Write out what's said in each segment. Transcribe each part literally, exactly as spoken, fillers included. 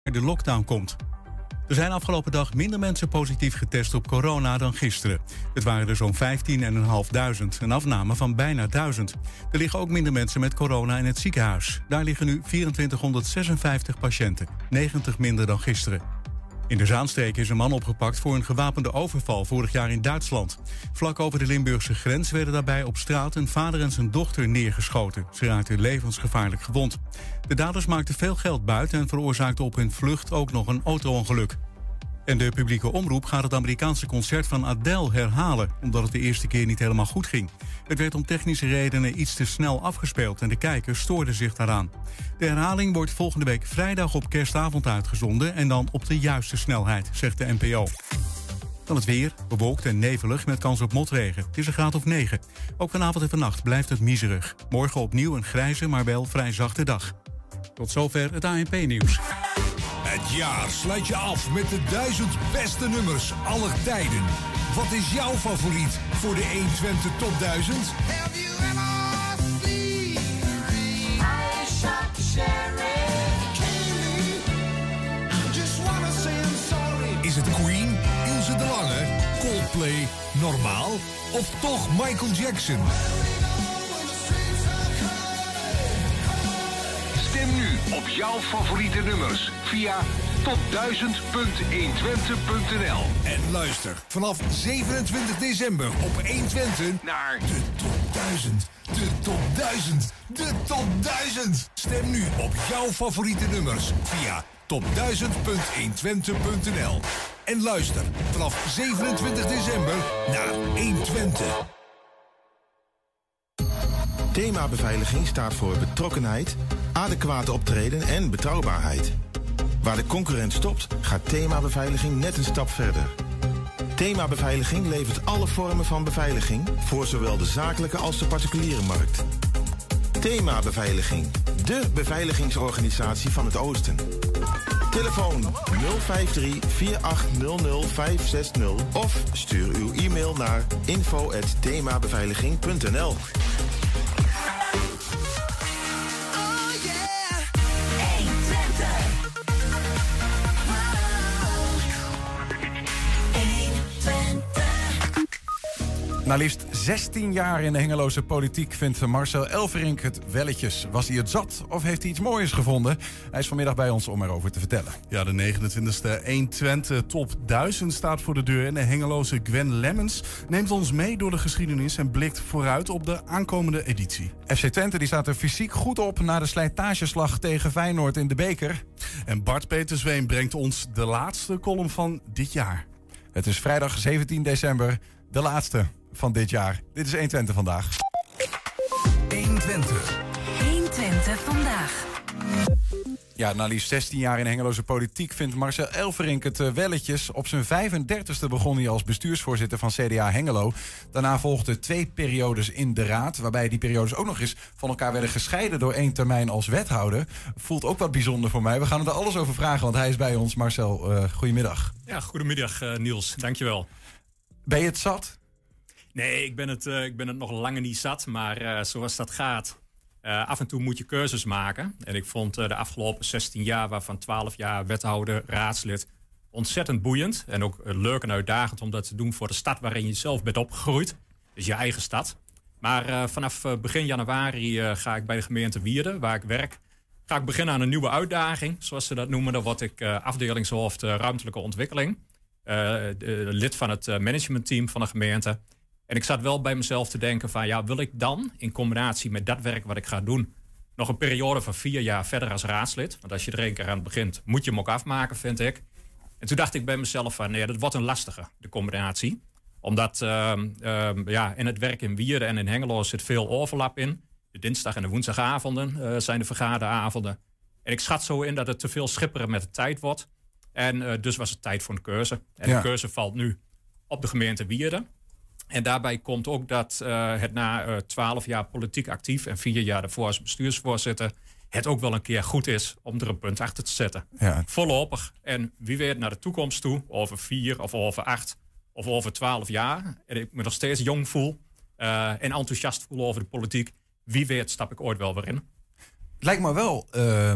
de lockdown komt. Er zijn afgelopen dag minder mensen positief getest op corona dan gisteren. Het waren er zo'n vijftienduizend vijfhonderd, een afname van bijna duizend. Er liggen ook minder mensen met corona in het ziekenhuis. Daar liggen nu vierentwintighonderdzesenvijftig patiënten, negentig minder dan gisteren. In de Zaanstreek is een man opgepakt voor een gewapende overval vorig jaar in Duitsland. Vlak over de Limburgse grens werden daarbij op straat een vader en zijn dochter neergeschoten. Ze raakten levensgevaarlijk gewond. De daders maakten veel geld buiten en veroorzaakten op hun vlucht ook nog een auto-ongeluk. En de publieke omroep gaat het Amerikaanse concert van Adele herhalen, omdat het de eerste keer niet helemaal goed ging. Het werd om technische redenen iets te snel afgespeeld en de kijkers stoorden zich daaraan. De herhaling wordt volgende week vrijdag op kerstavond uitgezonden en dan op de juiste snelheid, zegt de N P O. Dan het weer, bewolkt en nevelig met kans op motregen. Het is een graad of negen. Ook vanavond en vannacht blijft het miserig. Morgen opnieuw een grijze, maar wel vrij zachte dag. Tot zover het A N P-nieuws. Het jaar sluit je af met de duizend beste nummers aller tijden. Wat is jouw favoriet voor de honderdtwintig Top duizend? Is het Queen, Ilse de Lange, Coldplay, Normaal of toch Michael Jackson? Stem nu op jouw favoriete nummers via top duizend punt honderdtwintig punt n l. En luister vanaf zevenentwintig december op honderdtwintig naar de Top duizend. De Top duizend. De Top duizend. Stem nu op jouw favoriete nummers via top duizend punt honderdtwintig punt n l. En luister vanaf zevenentwintig december naar honderdtwintig. Thema beveiliging staat voor betrokkenheid, adequate optreden en betrouwbaarheid. Waar de concurrent stopt, gaat Thema Beveiliging net een stap verder. Thema Beveiliging levert alle vormen van beveiliging voor zowel de zakelijke als de particuliere markt. Thema Beveiliging, de beveiligingsorganisatie van het Oosten. Telefoon nul vijf drie vier acht nul nul vijf zes nul of stuur uw e-mail naar info at themabeveiliging punt n l. Na liefst zestien jaar in de Hengeloze politiek vindt Marcel Elverink het welletjes. Was hij het zat of heeft hij iets moois gevonden? Hij is vanmiddag bij ons om erover te vertellen. Ja, de negenentwintigste honderdtwintig Top duizend staat voor de deur. En de Hengeloze Gwen Lemmens neemt ons mee door de geschiedenis en blikt vooruit op de aankomende editie. F C Twente die staat er fysiek goed op na de slijtageslag tegen Feyenoord in de beker. En Bart Petersween brengt ons de laatste column van dit jaar. Het is vrijdag zeventien december, de laatste van dit jaar. Dit is honderdtwintig vandaag. honderdtwintig. honderdtwintig vandaag. Ja, na liefst zestien jaar in Hengeloze politiek vindt Marcel Elverink het uh, welletjes. Op zijn vijfendertigste begon hij als bestuursvoorzitter van C D A Hengelo. Daarna volgden twee periodes in de raad, waarbij die periodes ook nog eens van elkaar werden gescheiden door één termijn als wethouder. Voelt ook wat bijzonder voor mij. We gaan het er alles over vragen, want hij is bij ons. Marcel, uh, goedemiddag. Ja, goedemiddag uh, Niels, dankjewel. Ben je het zat? Nee, ik ben het, uh, ik ben het nog langer niet zat, maar uh, zoals dat gaat, uh, af en toe moet je keuzes maken. En ik vond uh, de afgelopen zestien jaar, waarvan twaalf jaar wethouder, raadslid, ontzettend boeiend. En ook uh, leuk en uitdagend om dat te doen voor de stad waarin je zelf bent opgegroeid. Dus je eigen stad. Maar uh, vanaf uh, begin januari uh, ga ik bij de gemeente Wierden, waar ik werk, ga ik beginnen aan een nieuwe uitdaging, zoals ze dat noemen. Dan word ik uh, afdelingshoofd uh, ruimtelijke ontwikkeling. Uh, de, de lid van het uh, managementteam van de gemeente. En ik zat wel bij mezelf te denken van, ja, wil ik dan in combinatie met dat werk wat ik ga doen nog een periode van vier jaar verder als raadslid? Want als je er één keer aan begint, moet je hem ook afmaken, vind ik. En toen dacht ik bij mezelf van, nee, dat wordt een lastige, de combinatie. Omdat uh, uh, ja, in het werk in Wierden en in Hengelo zit veel overlap in. De dinsdag- en de woensdagavonden uh, zijn de vergaderavonden. En ik schat zo in dat het te veel schipperen met de tijd wordt. En uh, dus was het tijd voor een keuze. En ja. de keuze valt nu op de gemeente Wierden. En daarbij komt ook dat uh, het na twaalf uh, jaar politiek actief en vier jaar daarvoor als bestuursvoorzitter het ook wel een keer goed is om er een punt achter te zetten. Ja. Voorlopig. En wie weet naar de toekomst toe, over vier of over acht of over twaalf jaar. En ik me nog steeds jong voel uh, en enthousiast voel over de politiek. Wie weet stap ik ooit wel weer in. Het lijkt me wel uh,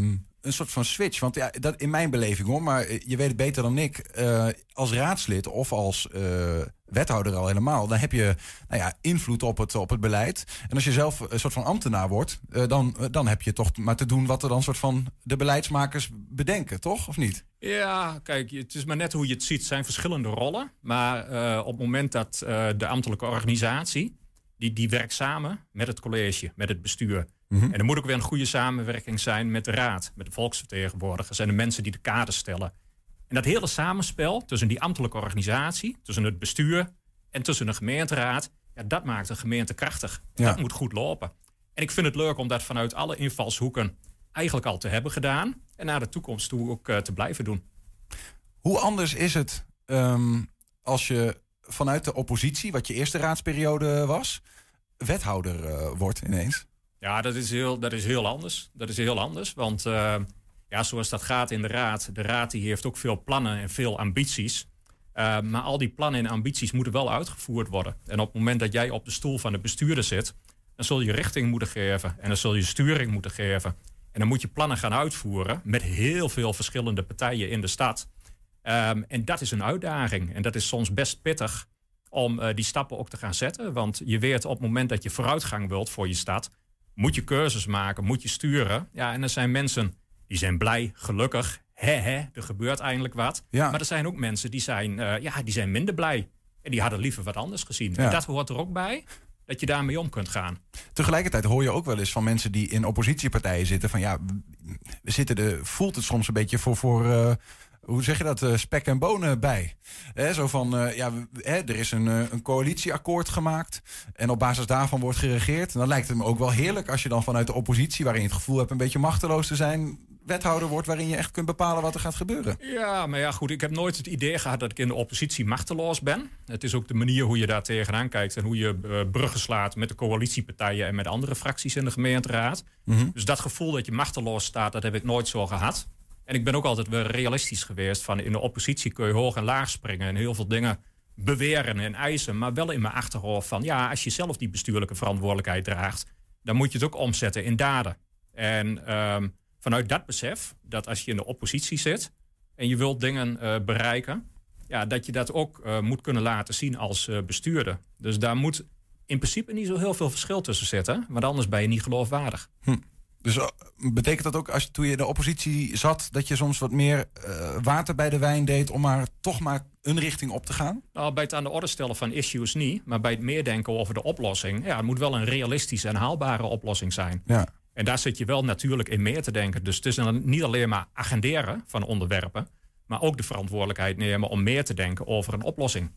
een soort van switch. Want ja, dat in mijn beleving hoor, maar je weet het beter dan ik. Uh, als raadslid of als uh, wethouder al helemaal, dan heb je nou ja, invloed op het, op het beleid. En als je zelf een soort van ambtenaar wordt, uh, dan, uh, dan heb je toch maar te doen wat er dan soort van de beleidsmakers bedenken, toch? Of niet? Ja, kijk, het is maar net hoe je het ziet. Het zijn verschillende rollen. Maar uh, op het moment dat uh, de ambtelijke organisatie, die, die werkt samen met het college, met het bestuur. Mm-hmm. En er moet ook weer een goede samenwerking zijn met de raad, met de volksvertegenwoordigers en de mensen die de kaders stellen. En dat hele samenspel tussen die ambtelijke organisatie, tussen het bestuur en tussen de gemeenteraad, ja, dat maakt een gemeente krachtig. Ja. Dat moet goed lopen. En ik vind het leuk om dat vanuit alle invalshoeken eigenlijk al te hebben gedaan en naar de toekomst toe ook uh, te blijven doen. Hoe anders is het um, als je vanuit de oppositie, wat je eerste raadsperiode was, wethouder uh, wordt ineens? Ja, dat is heel, dat is heel anders. Dat is heel anders, want uh, ja, zoals dat gaat in de raad, de raad die heeft ook veel plannen en veel ambities. Uh, maar al die plannen en ambities moeten wel uitgevoerd worden. En op het moment dat jij op de stoel van de bestuurder zit, dan zul je richting moeten geven en dan zul je sturing moeten geven. En dan moet je plannen gaan uitvoeren met heel veel verschillende partijen in de stad. Um, en dat is een uitdaging. En dat is soms best pittig om uh, die stappen ook te gaan zetten. Want je weet op het moment dat je vooruitgang wilt voor je stad, moet je keuzes maken, moet je sturen. Ja, en er zijn mensen die zijn blij, gelukkig. Hè, hè, er gebeurt eindelijk wat. Ja. Maar er zijn ook mensen die zijn, uh, ja, die zijn minder blij. En die hadden liever wat anders gezien. Ja. En dat hoort er ook bij, dat je daarmee om kunt gaan. Tegelijkertijd hoor je ook wel eens van mensen die in oppositiepartijen zitten van ja, we zitten de, voelt het soms een beetje voor, voor uh, hoe zeg je dat, uh, spek en bonen bij. He, zo van, uh, ja, he, er is een, uh, een coalitieakkoord gemaakt en op basis daarvan wordt geregeerd. En dan lijkt het me ook wel heerlijk als je dan vanuit de oppositie, waarin je het gevoel hebt een beetje machteloos te zijn, wethouder wordt waarin je echt kunt bepalen wat er gaat gebeuren. Ja, maar ja, goed, ik heb nooit het idee gehad dat ik in de oppositie machteloos ben. Het is ook de manier hoe je daar tegenaan kijkt en hoe je uh, bruggen slaat met de coalitiepartijen en met andere fracties in de gemeenteraad. Mm-hmm. Dus dat gevoel dat je machteloos staat, dat heb ik nooit zo gehad. En ik ben ook altijd weer realistisch geweest van in de oppositie kun je hoog en laag springen en heel veel dingen beweren en eisen, maar wel in mijn achterhoofd van ja, als je zelf die bestuurlijke verantwoordelijkheid draagt, dan moet je het ook omzetten in daden. En um, vanuit dat besef, dat als je in de oppositie zit en je wilt dingen uh, bereiken, ja, dat je dat ook uh, moet kunnen laten zien als uh, bestuurder. Dus daar moet in principe niet zo heel veel verschil tussen zitten, want anders ben je niet geloofwaardig. Hm. Dus uh, betekent dat ook, als je, toen je in de oppositie zat, dat je soms wat meer uh, water bij de wijn deed om maar toch maar een richting op te gaan? Nou, bij het aan de orde stellen van issues niet, maar bij het meer denken over de oplossing, ja, het moet wel een realistische en haalbare oplossing zijn. Ja. En daar zit je wel natuurlijk in meer te denken. Dus het is dan niet alleen maar agenderen van onderwerpen, maar ook de verantwoordelijkheid nemen om meer te denken over een oplossing.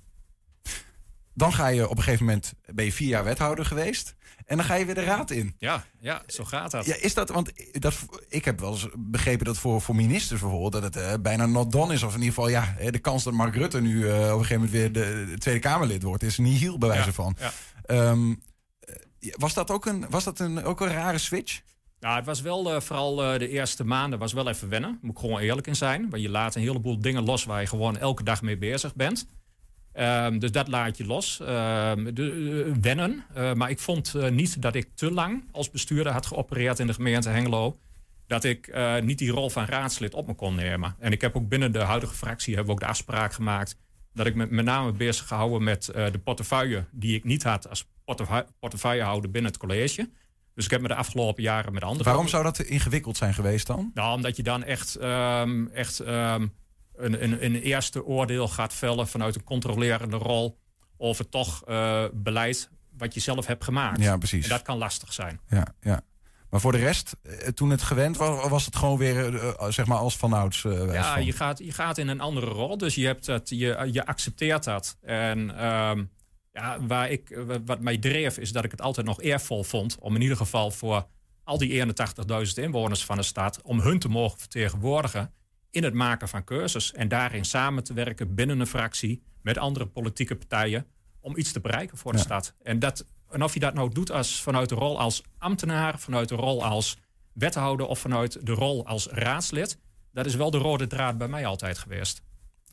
Dan ga je op een gegeven moment, ben je vier jaar wethouder geweest en dan ga je weer de raad in. Ja, ja, zo gaat dat. Ja, is dat, want dat, ik heb wel eens begrepen dat voor, voor ministers bijvoorbeeld, dat het uh, bijna not done is. Of in ieder geval, ja, de kans dat Mark Rutte nu uh, op een gegeven moment weer de, de Tweede Kamerlid wordt, is nihil bij wijze ja, van. Ja. Um, was dat ook een, was dat een, ook een rare switch? Nou, het was wel uh, vooral uh, de eerste maanden was wel even wennen. Moet ik gewoon eerlijk in zijn. Want je laat een heleboel dingen los waar je gewoon elke dag mee bezig bent. Um, dus dat laat je los. Uh, de, uh, wennen. Uh, maar ik vond uh, niet dat ik te lang als bestuurder had geopereerd in de gemeente Hengelo. Dat ik uh, niet die rol van raadslid op me kon nemen. En ik heb ook binnen de huidige fractie hebben we ook de afspraak gemaakt dat ik me met name bezig gehouden met uh, de portefeuille die ik niet had als portefeuillehouder binnen het college. Dus ik heb me de afgelopen jaren met andere... Waarom zou dat ingewikkeld zijn geweest dan? Nou, omdat je dan echt, um, echt um, een, een, een eerste oordeel gaat vellen vanuit een controlerende rol over toch uh, beleid wat je zelf hebt gemaakt. Ja, precies. En dat kan lastig zijn. Ja, ja. Maar voor de rest, toen het gewend was, was het gewoon weer uh, zeg maar als vanouds. Uh, ja, van. je, gaat, je gaat in een andere rol. Dus je, hebt dat, je, je accepteert dat. En um, ja, waar ik, wat mij dreef is dat ik het altijd nog eervol vond om in ieder geval voor al die eenentachtigduizend inwoners van de stad, om hun te mogen vertegenwoordigen in het maken van keuzes. En daarin samen te werken binnen een fractie met andere politieke partijen om iets te bereiken voor de ja. stad. En, dat, en of je dat nou doet als, vanuit de rol als ambtenaar, vanuit de rol als wethouder of vanuit de rol als raadslid, dat is wel de rode draad bij mij altijd geweest.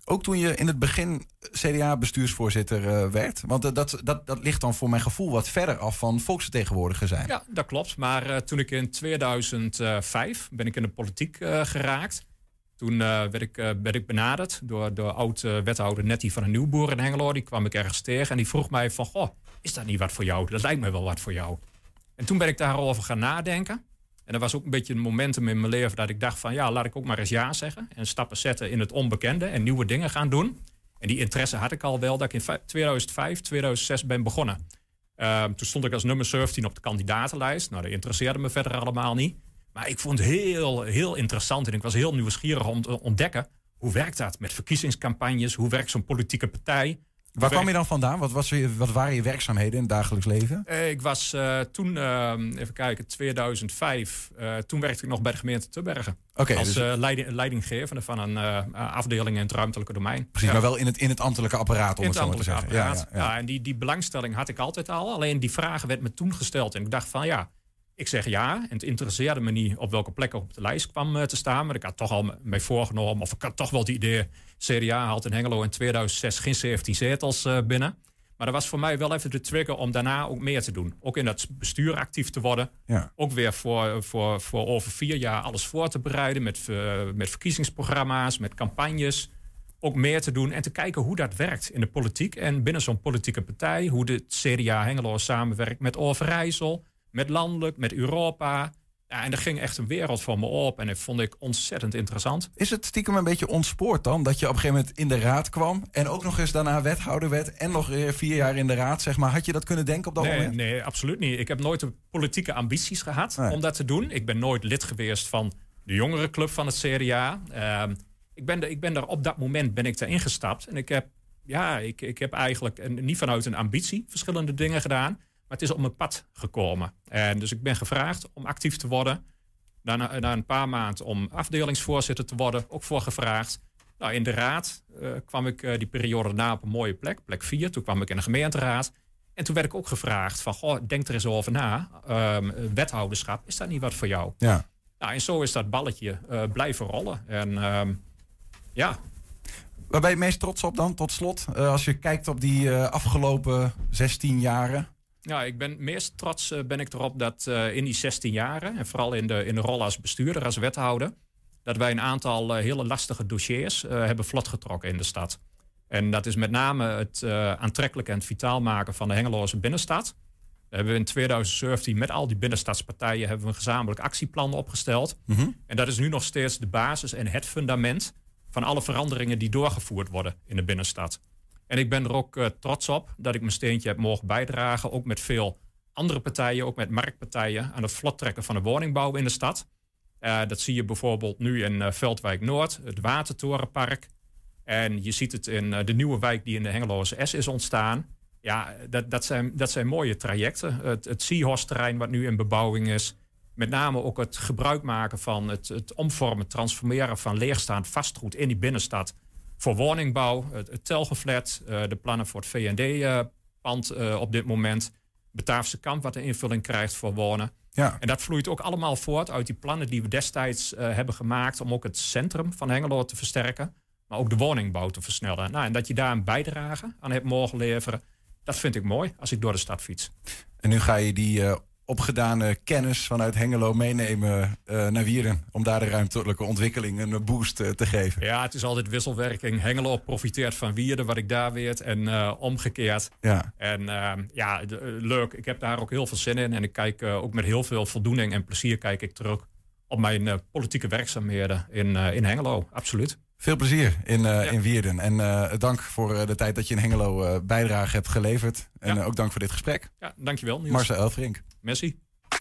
Ook toen je in het begin C D A-bestuursvoorzitter uh, werd? Want uh, dat, dat, dat ligt dan voor mijn gevoel wat verder af van volksvertegenwoordiger zijn. Ja, dat klopt. Maar uh, toen ik in tweeduizend vijf ben ik in de politiek uh, geraakt. Toen uh, werd, ik, uh, werd ik benaderd door, door oud-wethouder uh, Nettie van den Nieuwboer in Hengelo. Die kwam ik ergens tegen en die vroeg mij van... Goh, is dat niet wat voor jou? Dat lijkt me wel wat voor jou. En toen ben ik daarover gaan nadenken. En dat was ook een beetje een momentum in mijn leven dat ik dacht van... ja, laat ik ook maar eens ja zeggen. En stappen zetten in het onbekende en nieuwe dingen gaan doen. En die interesse had ik al wel dat ik in tweeduizend vijf, tweeduizend zes ben begonnen. Uh, toen stond ik als nummer zeventien op de kandidatenlijst. Nou, dat interesseerde me verder allemaal niet. Maar ik vond het heel, heel interessant en ik was heel nieuwsgierig om te ontdekken... hoe werkt dat met verkiezingscampagnes? Hoe werkt zo'n politieke partij? Waar kwam je dan vandaan? Wat, was je, wat waren je werkzaamheden in het dagelijks leven? Uh, ik was uh, toen, uh, even kijken, tweeduizend vijf... Uh, toen werkte ik nog bij de gemeente Tubbergen. Okay, als dus... uh, leiding, leidinggevende van een uh, afdeling in het ruimtelijke domein. Precies, ja. maar wel in het, in het ambtelijke apparaat, om in het zo maar te zeggen. Ja, ja, ja. ja, en die, die belangstelling had ik altijd al. Alleen die vragen werd me toen gesteld. En ik dacht van ja, ik zeg ja. En het interesseerde me niet op welke plek ik op de lijst kwam uh, te staan. Maar ik had toch al mee voorgenomen. Of ik had toch wel het idee... C D A haalt in Hengelo in tweeduizend zes geen zeventien zetels uh, binnen. Maar dat was voor mij wel even de trigger om daarna ook meer te doen. Ook in dat bestuur actief te worden. Ja. Ook weer voor, voor, voor over vier jaar alles voor te bereiden. Met, uh, met verkiezingsprogramma's, met campagnes. Ook meer te doen en te kijken hoe dat werkt in de politiek. En binnen zo'n politieke partij. Hoe de C D A Hengelo samenwerkt met Overijssel. Met landelijk, met Europa. Ja, en er ging echt een wereld voor me op. En dat vond ik ontzettend interessant. Is het stiekem een beetje ontspoord dan? Dat je op een gegeven moment in de raad kwam... en ook nog eens daarna wethouder werd... en nog weer vier jaar in de raad, zeg maar. Had je dat kunnen denken op dat nee, moment? Nee, absoluut niet. Ik heb nooit de politieke ambities gehad nee. om dat te doen. Ik ben nooit lid geweest van de jongerenclub van het C D A. Uh, ik, ben er, ik ben daar op dat moment ben ik erin gestapt. En ik heb, ja, ik, ik heb eigenlijk een, niet vanuit een ambitie verschillende dingen gedaan... Maar het is op mijn pad gekomen. En dus ik ben gevraagd om actief te worden. Na, na een paar maanden om afdelingsvoorzitter te worden. Ook voor gevraagd. Nou, in de raad uh, kwam ik uh, die periode daarna op een mooie plek. Plek vier. Toen kwam ik in de gemeenteraad. En toen werd ik ook gevraagd van... Goh, denk er eens over na. Um, wethouderschap, is dat niet wat voor jou? Ja. Nou, en zo is dat balletje uh, blijven rollen. En um, ja... Waar ben je het meest trots op dan, tot slot? Uh, als je kijkt op die uh, afgelopen zestien jaren... Ja, ik ben meest trots uh, ben ik erop dat uh, in die zestien jaren... en vooral in de, in de rol als bestuurder, als wethouder... dat wij een aantal uh, hele lastige dossiers uh, hebben vlotgetrokken in de stad. En dat is met name het uh, aantrekkelijk en het vitaal maken van de Hengeloze binnenstad. Daar hebben we in tweeduizend zeventien met al die binnenstadspartijen... hebben we een gezamenlijk actieplan opgesteld. Mm-hmm. En dat is nu nog steeds de basis en het fundament... van alle veranderingen die doorgevoerd worden in de binnenstad. En ik ben er ook uh, trots op dat ik mijn steentje heb mogen bijdragen. Ook met veel andere partijen, ook met marktpartijen... aan het vlottrekken van de woningbouw in de stad. Uh, dat zie je bijvoorbeeld nu in uh, Veldwijk Noord, het Watertorenpark. En je ziet het in uh, de nieuwe wijk die in de Hengeloze S is ontstaan. Ja, dat, dat, zijn, dat zijn mooie trajecten. Het, het Seahorse-terrein wat nu in bebouwing is. Met name ook het gebruik maken van het, het omvormen, transformeren van leegstaand vastgoed in die binnenstad... voor woningbouw, het, het Telgeflat, uh, de plannen voor het V en D-pand uh, uh, op dit moment. Bataafse Kamp, wat een invulling krijgt voor wonen. Ja. En dat vloeit ook allemaal voort uit die plannen die we destijds uh, hebben gemaakt... om ook het centrum van Hengelo te versterken, maar ook de woningbouw te versnellen. Nou, en dat je daar een bijdrage aan hebt mogen leveren, dat vind ik mooi als ik door de stad fiets. En nu ga je die... Uh... opgedane kennis vanuit Hengelo meenemen uh, naar Wierden... om daar de ruimtelijke ontwikkeling een boost uh, te geven. Ja, het is altijd wisselwerking. Hengelo profiteert van Wierden, wat ik daar weet, en uh, omgekeerd. Ja. En uh, ja, de, uh, leuk. Ik heb daar ook heel veel zin in. En ik kijk uh, ook met heel veel voldoening en plezier kijk ik terug... op mijn uh, politieke werkzaamheden in, uh, in Hengelo. Absoluut. Veel plezier in, uh, ja. in Wierden. En uh, dank voor uh, de tijd dat je in Hengelo uh, bijdrage hebt geleverd. En ja. uh, ook dank voor dit gesprek. Ja, dankjewel, Niels. Marcel Elfrink. Merci.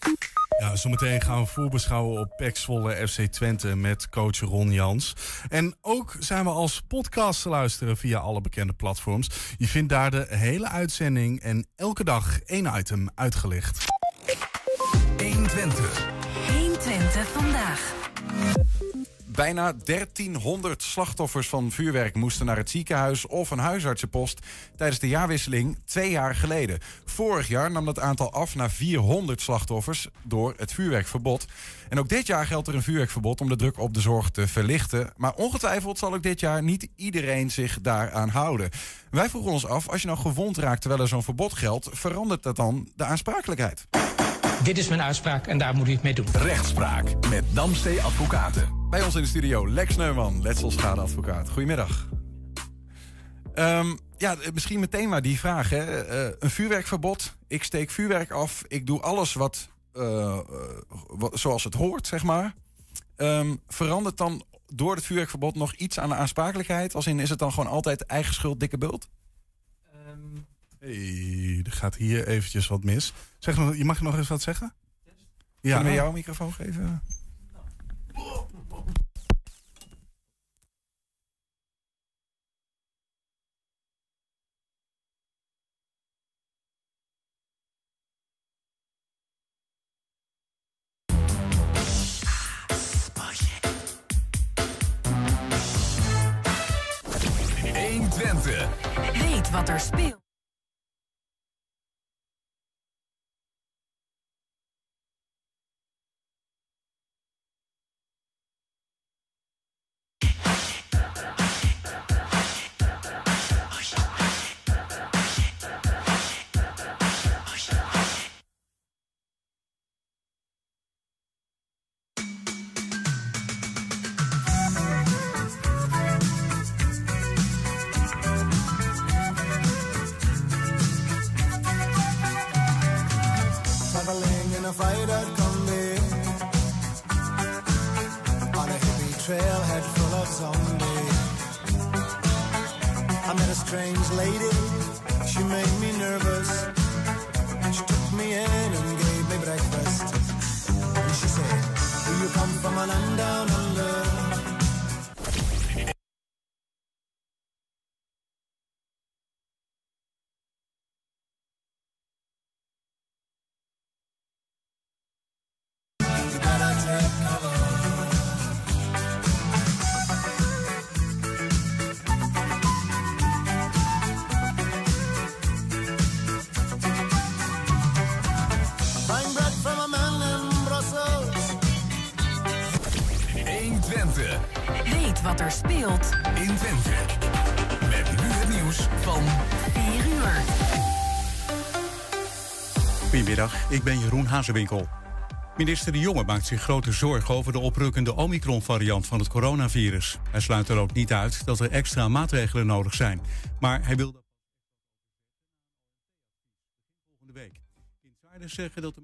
Ja, zometeen gaan we voorbeschouwen op P E C Zwolle F C Twente met coach Ron Jans. En ook zijn we als podcast te luisteren via alle bekende platforms. Je vindt daar de hele uitzending en elke dag één item uitgelicht. honderdtwintig. honderdtwintig vandaag. Bijna dertienhonderd slachtoffers van vuurwerk moesten naar het ziekenhuis of een huisartsenpost tijdens de jaarwisseling twee jaar geleden. Vorig jaar nam dat aantal af naar vierhonderd slachtoffers door het vuurwerkverbod. En ook dit jaar geldt er een vuurwerkverbod om de druk op de zorg te verlichten. Maar ongetwijfeld zal ook dit jaar niet iedereen zich daaraan houden. Wij vroegen ons af, als je nou gewond raakt terwijl er zo'n verbod geldt, verandert dat dan de aansprakelijkheid? Dit is mijn uitspraak en daar moet u het mee doen. Rechtspraak met Damstee Advocaten. Bij ons in de studio Lex Neumann, letselschadeadvocaat. Goedemiddag. Um, ja, misschien meteen maar die vraag. Hè. Uh, een vuurwerkverbod. Ik steek vuurwerk af. Ik doe alles wat, uh, uh, wat zoals het hoort, zeg maar. Um, verandert dan door het vuurwerkverbod nog iets aan de aansprakelijkheid? Als in, is het dan gewoon altijd eigen schuld, dikke bult? Um... Hey, er gaat hier eventjes wat mis. Zeg nog, je mag nog eens wat zeggen? Ja. Kunnen we jouw microfoon geven? honderdtwintig. Weet wat er speelt. In a fried-out combi on a hippie trailhead full of zombies. I met a strange lady, she made me nervous. She took me in and gave me breakfast. And she said, do you come from a land down under? Weet wat er speelt in Twente. Met nu het nieuws van vier uur. Goedemiddag, ik ben Jeroen Hazewinkel. Minister De Jonge maakt zich grote zorgen over de oprukkende Omicron-variant van het coronavirus. Hij sluit er ook niet uit dat er extra maatregelen nodig zijn. Maar hij wil dat volgende week. Insiders zeggen dat er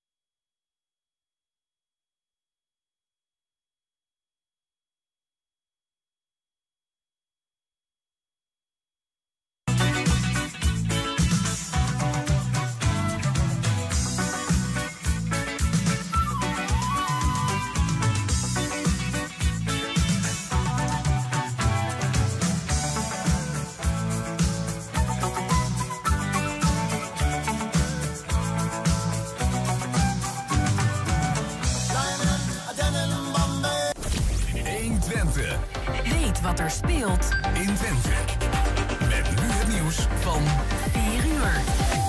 Weet wat er speelt in Twente. Met nu het nieuws van vier uur.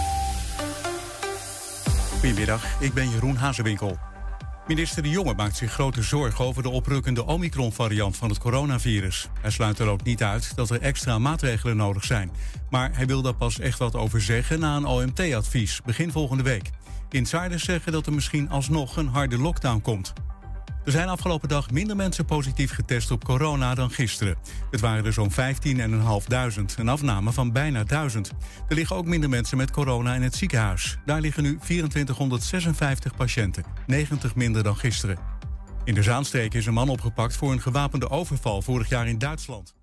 Goedemiddag, ik ben Jeroen Hazewinkel. Minister De Jonge maakt zich grote zorgen over de oprukkende Omicron-variant van het coronavirus. Hij sluit er ook niet uit dat er extra maatregelen nodig zijn. Maar hij wil daar pas echt wat over zeggen na een O M T-advies, begin volgende week. Insiders zeggen dat er misschien alsnog een harde lockdown komt. Er zijn afgelopen dag minder mensen positief getest op corona dan gisteren. Het waren er zo'n vijftienduizend, een afname van bijna duizend. Er liggen ook minder mensen met corona in het ziekenhuis. Daar liggen nu vierentwintighonderdzesenvijftig patiënten, negentig minder dan gisteren. In de Zaanstreek is een man opgepakt voor een gewapende overval vorig jaar in Duitsland.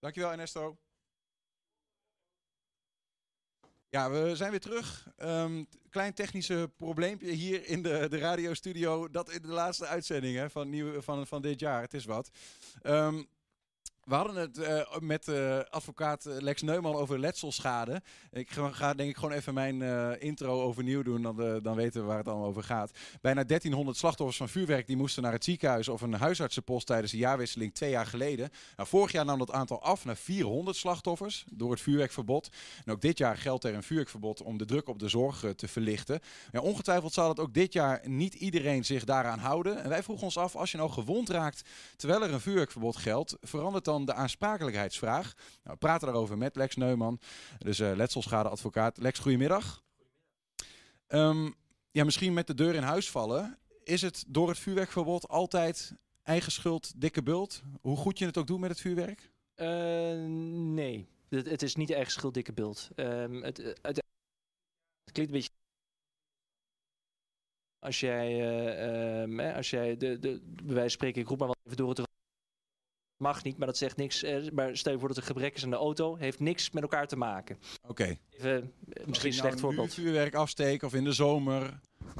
Dankjewel Ernesto. Ja, we zijn weer terug. Um, klein technische probleempje hier in de, de radiostudio. Dat in de laatste uitzending hè, van, nieuw, van, van dit jaar. Het is wat. Um, We hadden het uh, met uh, advocaat Lex Neumann over letselschade. Ik ga, ga denk ik gewoon even mijn uh, intro overnieuw doen, dan, uh, dan weten we waar het allemaal over gaat. Bijna dertienhonderd slachtoffers van vuurwerk die moesten naar het ziekenhuis of een huisartsenpost tijdens de jaarwisseling twee jaar geleden. Nou, vorig jaar nam dat aantal af naar vierhonderd slachtoffers door het vuurwerkverbod. En ook dit jaar geldt er een vuurwerkverbod om de druk op de zorg uh, te verlichten. Ja, ongetwijfeld zal het ook dit jaar niet iedereen zich daaraan houden. En wij vroegen ons af, als je nou gewond raakt terwijl er een vuurwerkverbod geldt, verandert dan de aansprakelijkheidsvraag. Nou, we praten daarover met Lex Neumann, dus uh, letselschadeadvocaat. Lex, goedemiddag. Um, ja, misschien met de deur in huis vallen. Is het door het vuurwerkverbod altijd eigen schuld, dikke bult? Hoe goed je het ook doet met het vuurwerk? Uh, nee, het, het is niet eigen schuld, dikke bult. Um, het, het, het klinkt een beetje... Als jij, uh, um, als jij de, de, bij wijze van spreken, ik roep maar wel even door het mag niet, maar dat zegt niks. Maar stel je voor dat er gebrek is aan de auto, heeft niks met elkaar te maken. Oké. Okay. Even, misschien een slecht voorbeeld. Als je vuurwerk afsteekt of in de zomer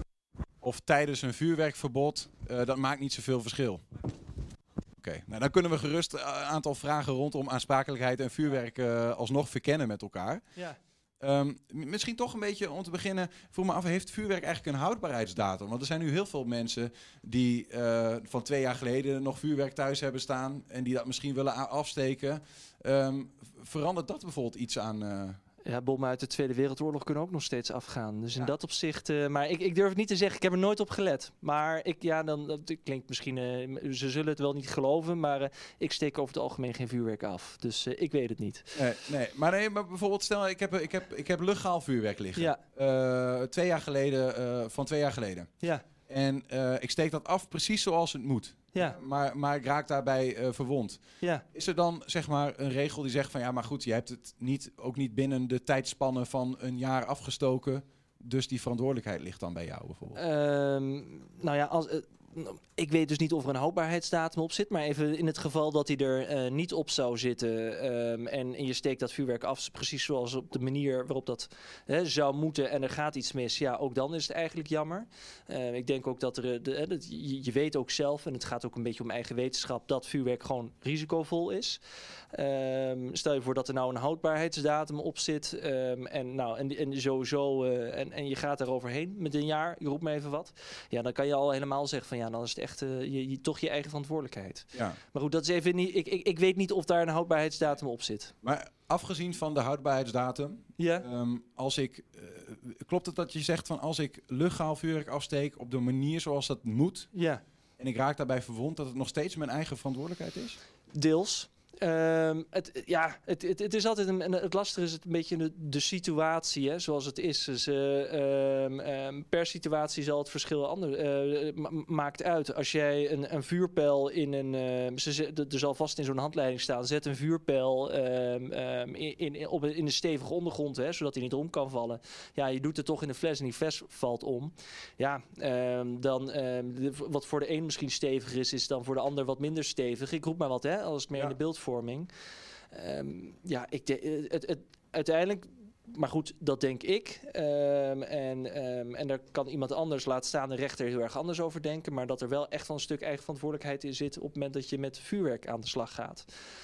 of tijdens een vuurwerkverbod, uh, dat maakt niet zoveel verschil. Oké, okay. Nou dan kunnen we gerust een aantal vragen rondom aansprakelijkheid en vuurwerk uh, alsnog verkennen met elkaar. Ja. Um, misschien toch een beetje om te beginnen, vroeg me af, heeft vuurwerk eigenlijk een houdbaarheidsdatum? Want er zijn nu heel veel mensen die uh, van twee jaar geleden nog vuurwerk thuis hebben staan en die dat misschien willen afsteken. Um, verandert dat bijvoorbeeld iets aan... Uh... Ja, bommen uit de Tweede Wereldoorlog kunnen ook nog steeds afgaan. Dus in ja. dat opzicht... Uh, maar ik, ik durf het niet te zeggen. Ik heb er nooit op gelet. Maar ik, ja, dan, dat klinkt misschien... Uh, ze zullen het wel niet geloven. Maar uh, ik steek over het algemeen geen vuurwerk af. Dus uh, ik weet het niet. Nee, nee. Maar, nee, maar bijvoorbeeld stel, ik heb, ik heb, ik heb legaal vuurwerk liggen. Ja. Uh, twee jaar geleden, uh, van twee jaar geleden. Ja. En uh, ik steek dat af precies zoals het moet. Ja. Maar, maar ik raak daarbij uh, verwond. Ja. Is er dan zeg maar een regel die zegt van ja, maar goed, je hebt het niet, ook niet binnen de tijdspanne van een jaar afgestoken. Dus die verantwoordelijkheid ligt dan bij jou bijvoorbeeld? Um, nou ja, als... Uh, ik weet dus niet of er een houdbaarheidsdatum op zit. Maar even in het geval dat hij er uh, niet op zou zitten. Um, en, en je steekt dat vuurwerk af precies zoals op de manier waarop dat uh, zou moeten. En er gaat iets mis. Ja, ook dan is het eigenlijk jammer. Uh, ik denk ook dat er... Uh, de, uh, je, je weet ook zelf, en het gaat ook een beetje om eigen wetenschap, dat vuurwerk gewoon risicovol is. Um, stel je voor dat er nou een houdbaarheidsdatum op zit. Um, en, nou, en, en sowieso... Uh, en, en je gaat er overheen met een jaar. Je roept me even wat. Ja, dan kan je al helemaal zeggen van ja, dan is het echt uh, je, je, toch je eigen verantwoordelijkheid. Ja. Maar goed, dat is even niet. Ik, ik, ik weet niet of daar een houdbaarheidsdatum op zit. Maar afgezien van de houdbaarheidsdatum, ja. um, als ik, uh, klopt het dat je zegt van als ik legaal vuurwerk afsteek op de manier zoals dat moet, ja. en ik raak daarbij verwond, dat het nog steeds mijn eigen verantwoordelijkheid is? Deels. Um, het, ja, het, het, het is altijd een, het lastige is het een beetje de, de situatie, hè, zoals het is. Dus, uh, um, um, per situatie zal het verschil anders uh, ma- maakt uit. Als jij een, een vuurpijl in een, uh, ze, er zal vast in zo'n handleiding staan. Zet een vuurpijl um, um, in, in, op een, in een stevige ondergrond, hè, zodat hij niet om kan vallen. Ja, je doet het toch in de fles en die fles valt om. Ja, um, dan um, de, wat voor de een misschien steviger is, is dan voor de ander wat minder stevig. Ik roep maar wat, hè, als het meer ja. in de beeld. Um, ja, ik de, het, het, uiteindelijk, maar goed, dat denk ik. Um, en, um, en daar kan iemand anders, laat staan de rechter, heel erg anders over denken. Maar dat er wel echt wel een stuk eigen verantwoordelijkheid in zit op het moment dat je met vuurwerk aan de slag gaat.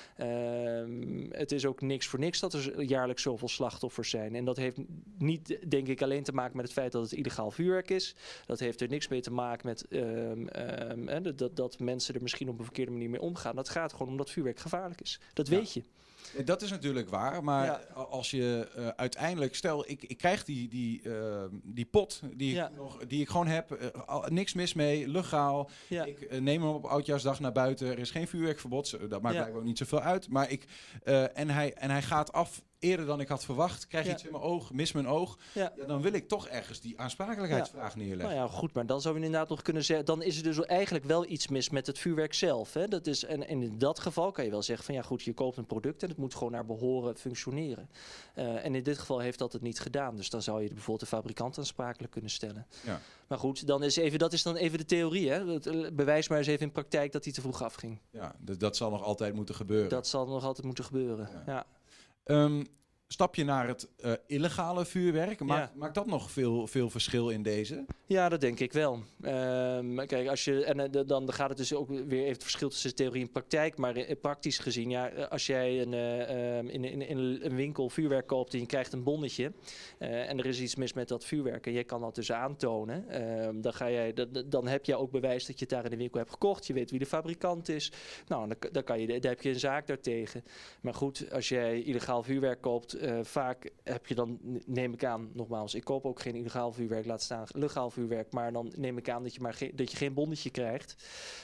Um, het is ook niks voor niks dat er jaarlijks zoveel slachtoffers zijn. En dat heeft niet, denk ik, alleen te maken met het feit dat het illegaal vuurwerk is. Dat heeft er niks mee te maken met um, um, eh, dat, dat mensen er misschien op een verkeerde manier mee omgaan. Dat gaat gewoon omdat vuurwerk gevaarlijk is. Dat ja. weet je. Dat is natuurlijk waar, maar ja. als je uh, uiteindelijk, stel ik, ik krijg die, die, uh, die pot die, ja. ik nog, die ik gewoon heb, uh, al, niks mis mee, legaal. Ja. Ik uh, neem hem op Oudjaarsdag naar buiten, er is geen vuurwerkverbod, dat maakt ja. blijkbaar ook niet zoveel uit. Maar ik, uh, en, hij, en hij gaat af eerder dan ik had verwacht, krijg je Ja. iets in mijn oog, mis mijn oog. Ja. Ja, dan wil ik toch ergens die aansprakelijkheidsvraag neerleggen. Nou ja, goed, maar dan zou je inderdaad nog kunnen zeggen, dan is er dus eigenlijk wel iets mis met het vuurwerk zelf. Hè? Dat is, en, en in dat geval kan je wel zeggen van ja goed, je koopt een product en het moet gewoon naar behoren functioneren. Uh, en in dit geval heeft dat het niet gedaan. Dus dan zou je bijvoorbeeld de fabrikant aansprakelijk kunnen stellen. Ja. Maar goed, dan is even, dat is dan even de theorie. Hè? Het, bewijs maar eens even in praktijk dat hij te vroeg afging. Ja, dus dat zal nog altijd moeten gebeuren. Dat zal nog altijd moeten gebeuren, ja. ja. Um, Stap je naar het uh, illegale vuurwerk? Maakt, Ja. maakt dat nog veel, veel verschil in deze? Ja, dat denk ik wel. Um, kijk, als je, en uh, dan gaat het dus ook weer even het verschil tussen theorie en praktijk. Maar uh, praktisch gezien, ja, als jij een, uh, um, in, in, in een winkel vuurwerk koopt en je krijgt een bonnetje. Uh, en er is iets mis met dat vuurwerk en jij kan dat dus aantonen. Uh, dan, ga jij, dan, dan heb je ook bewijs dat je het daar in de winkel hebt gekocht. Je weet wie de fabrikant is. Nou, dan, dan, kan je, dan heb je een zaak daartegen. Maar goed, als jij illegaal vuurwerk koopt... Uh, vaak heb je dan, neem ik aan, nogmaals, ik koop ook geen illegaal vuurwerk, laat staan legaal vuurwerk, maar dan neem ik aan dat je, maar ge- dat je geen bonnetje krijgt.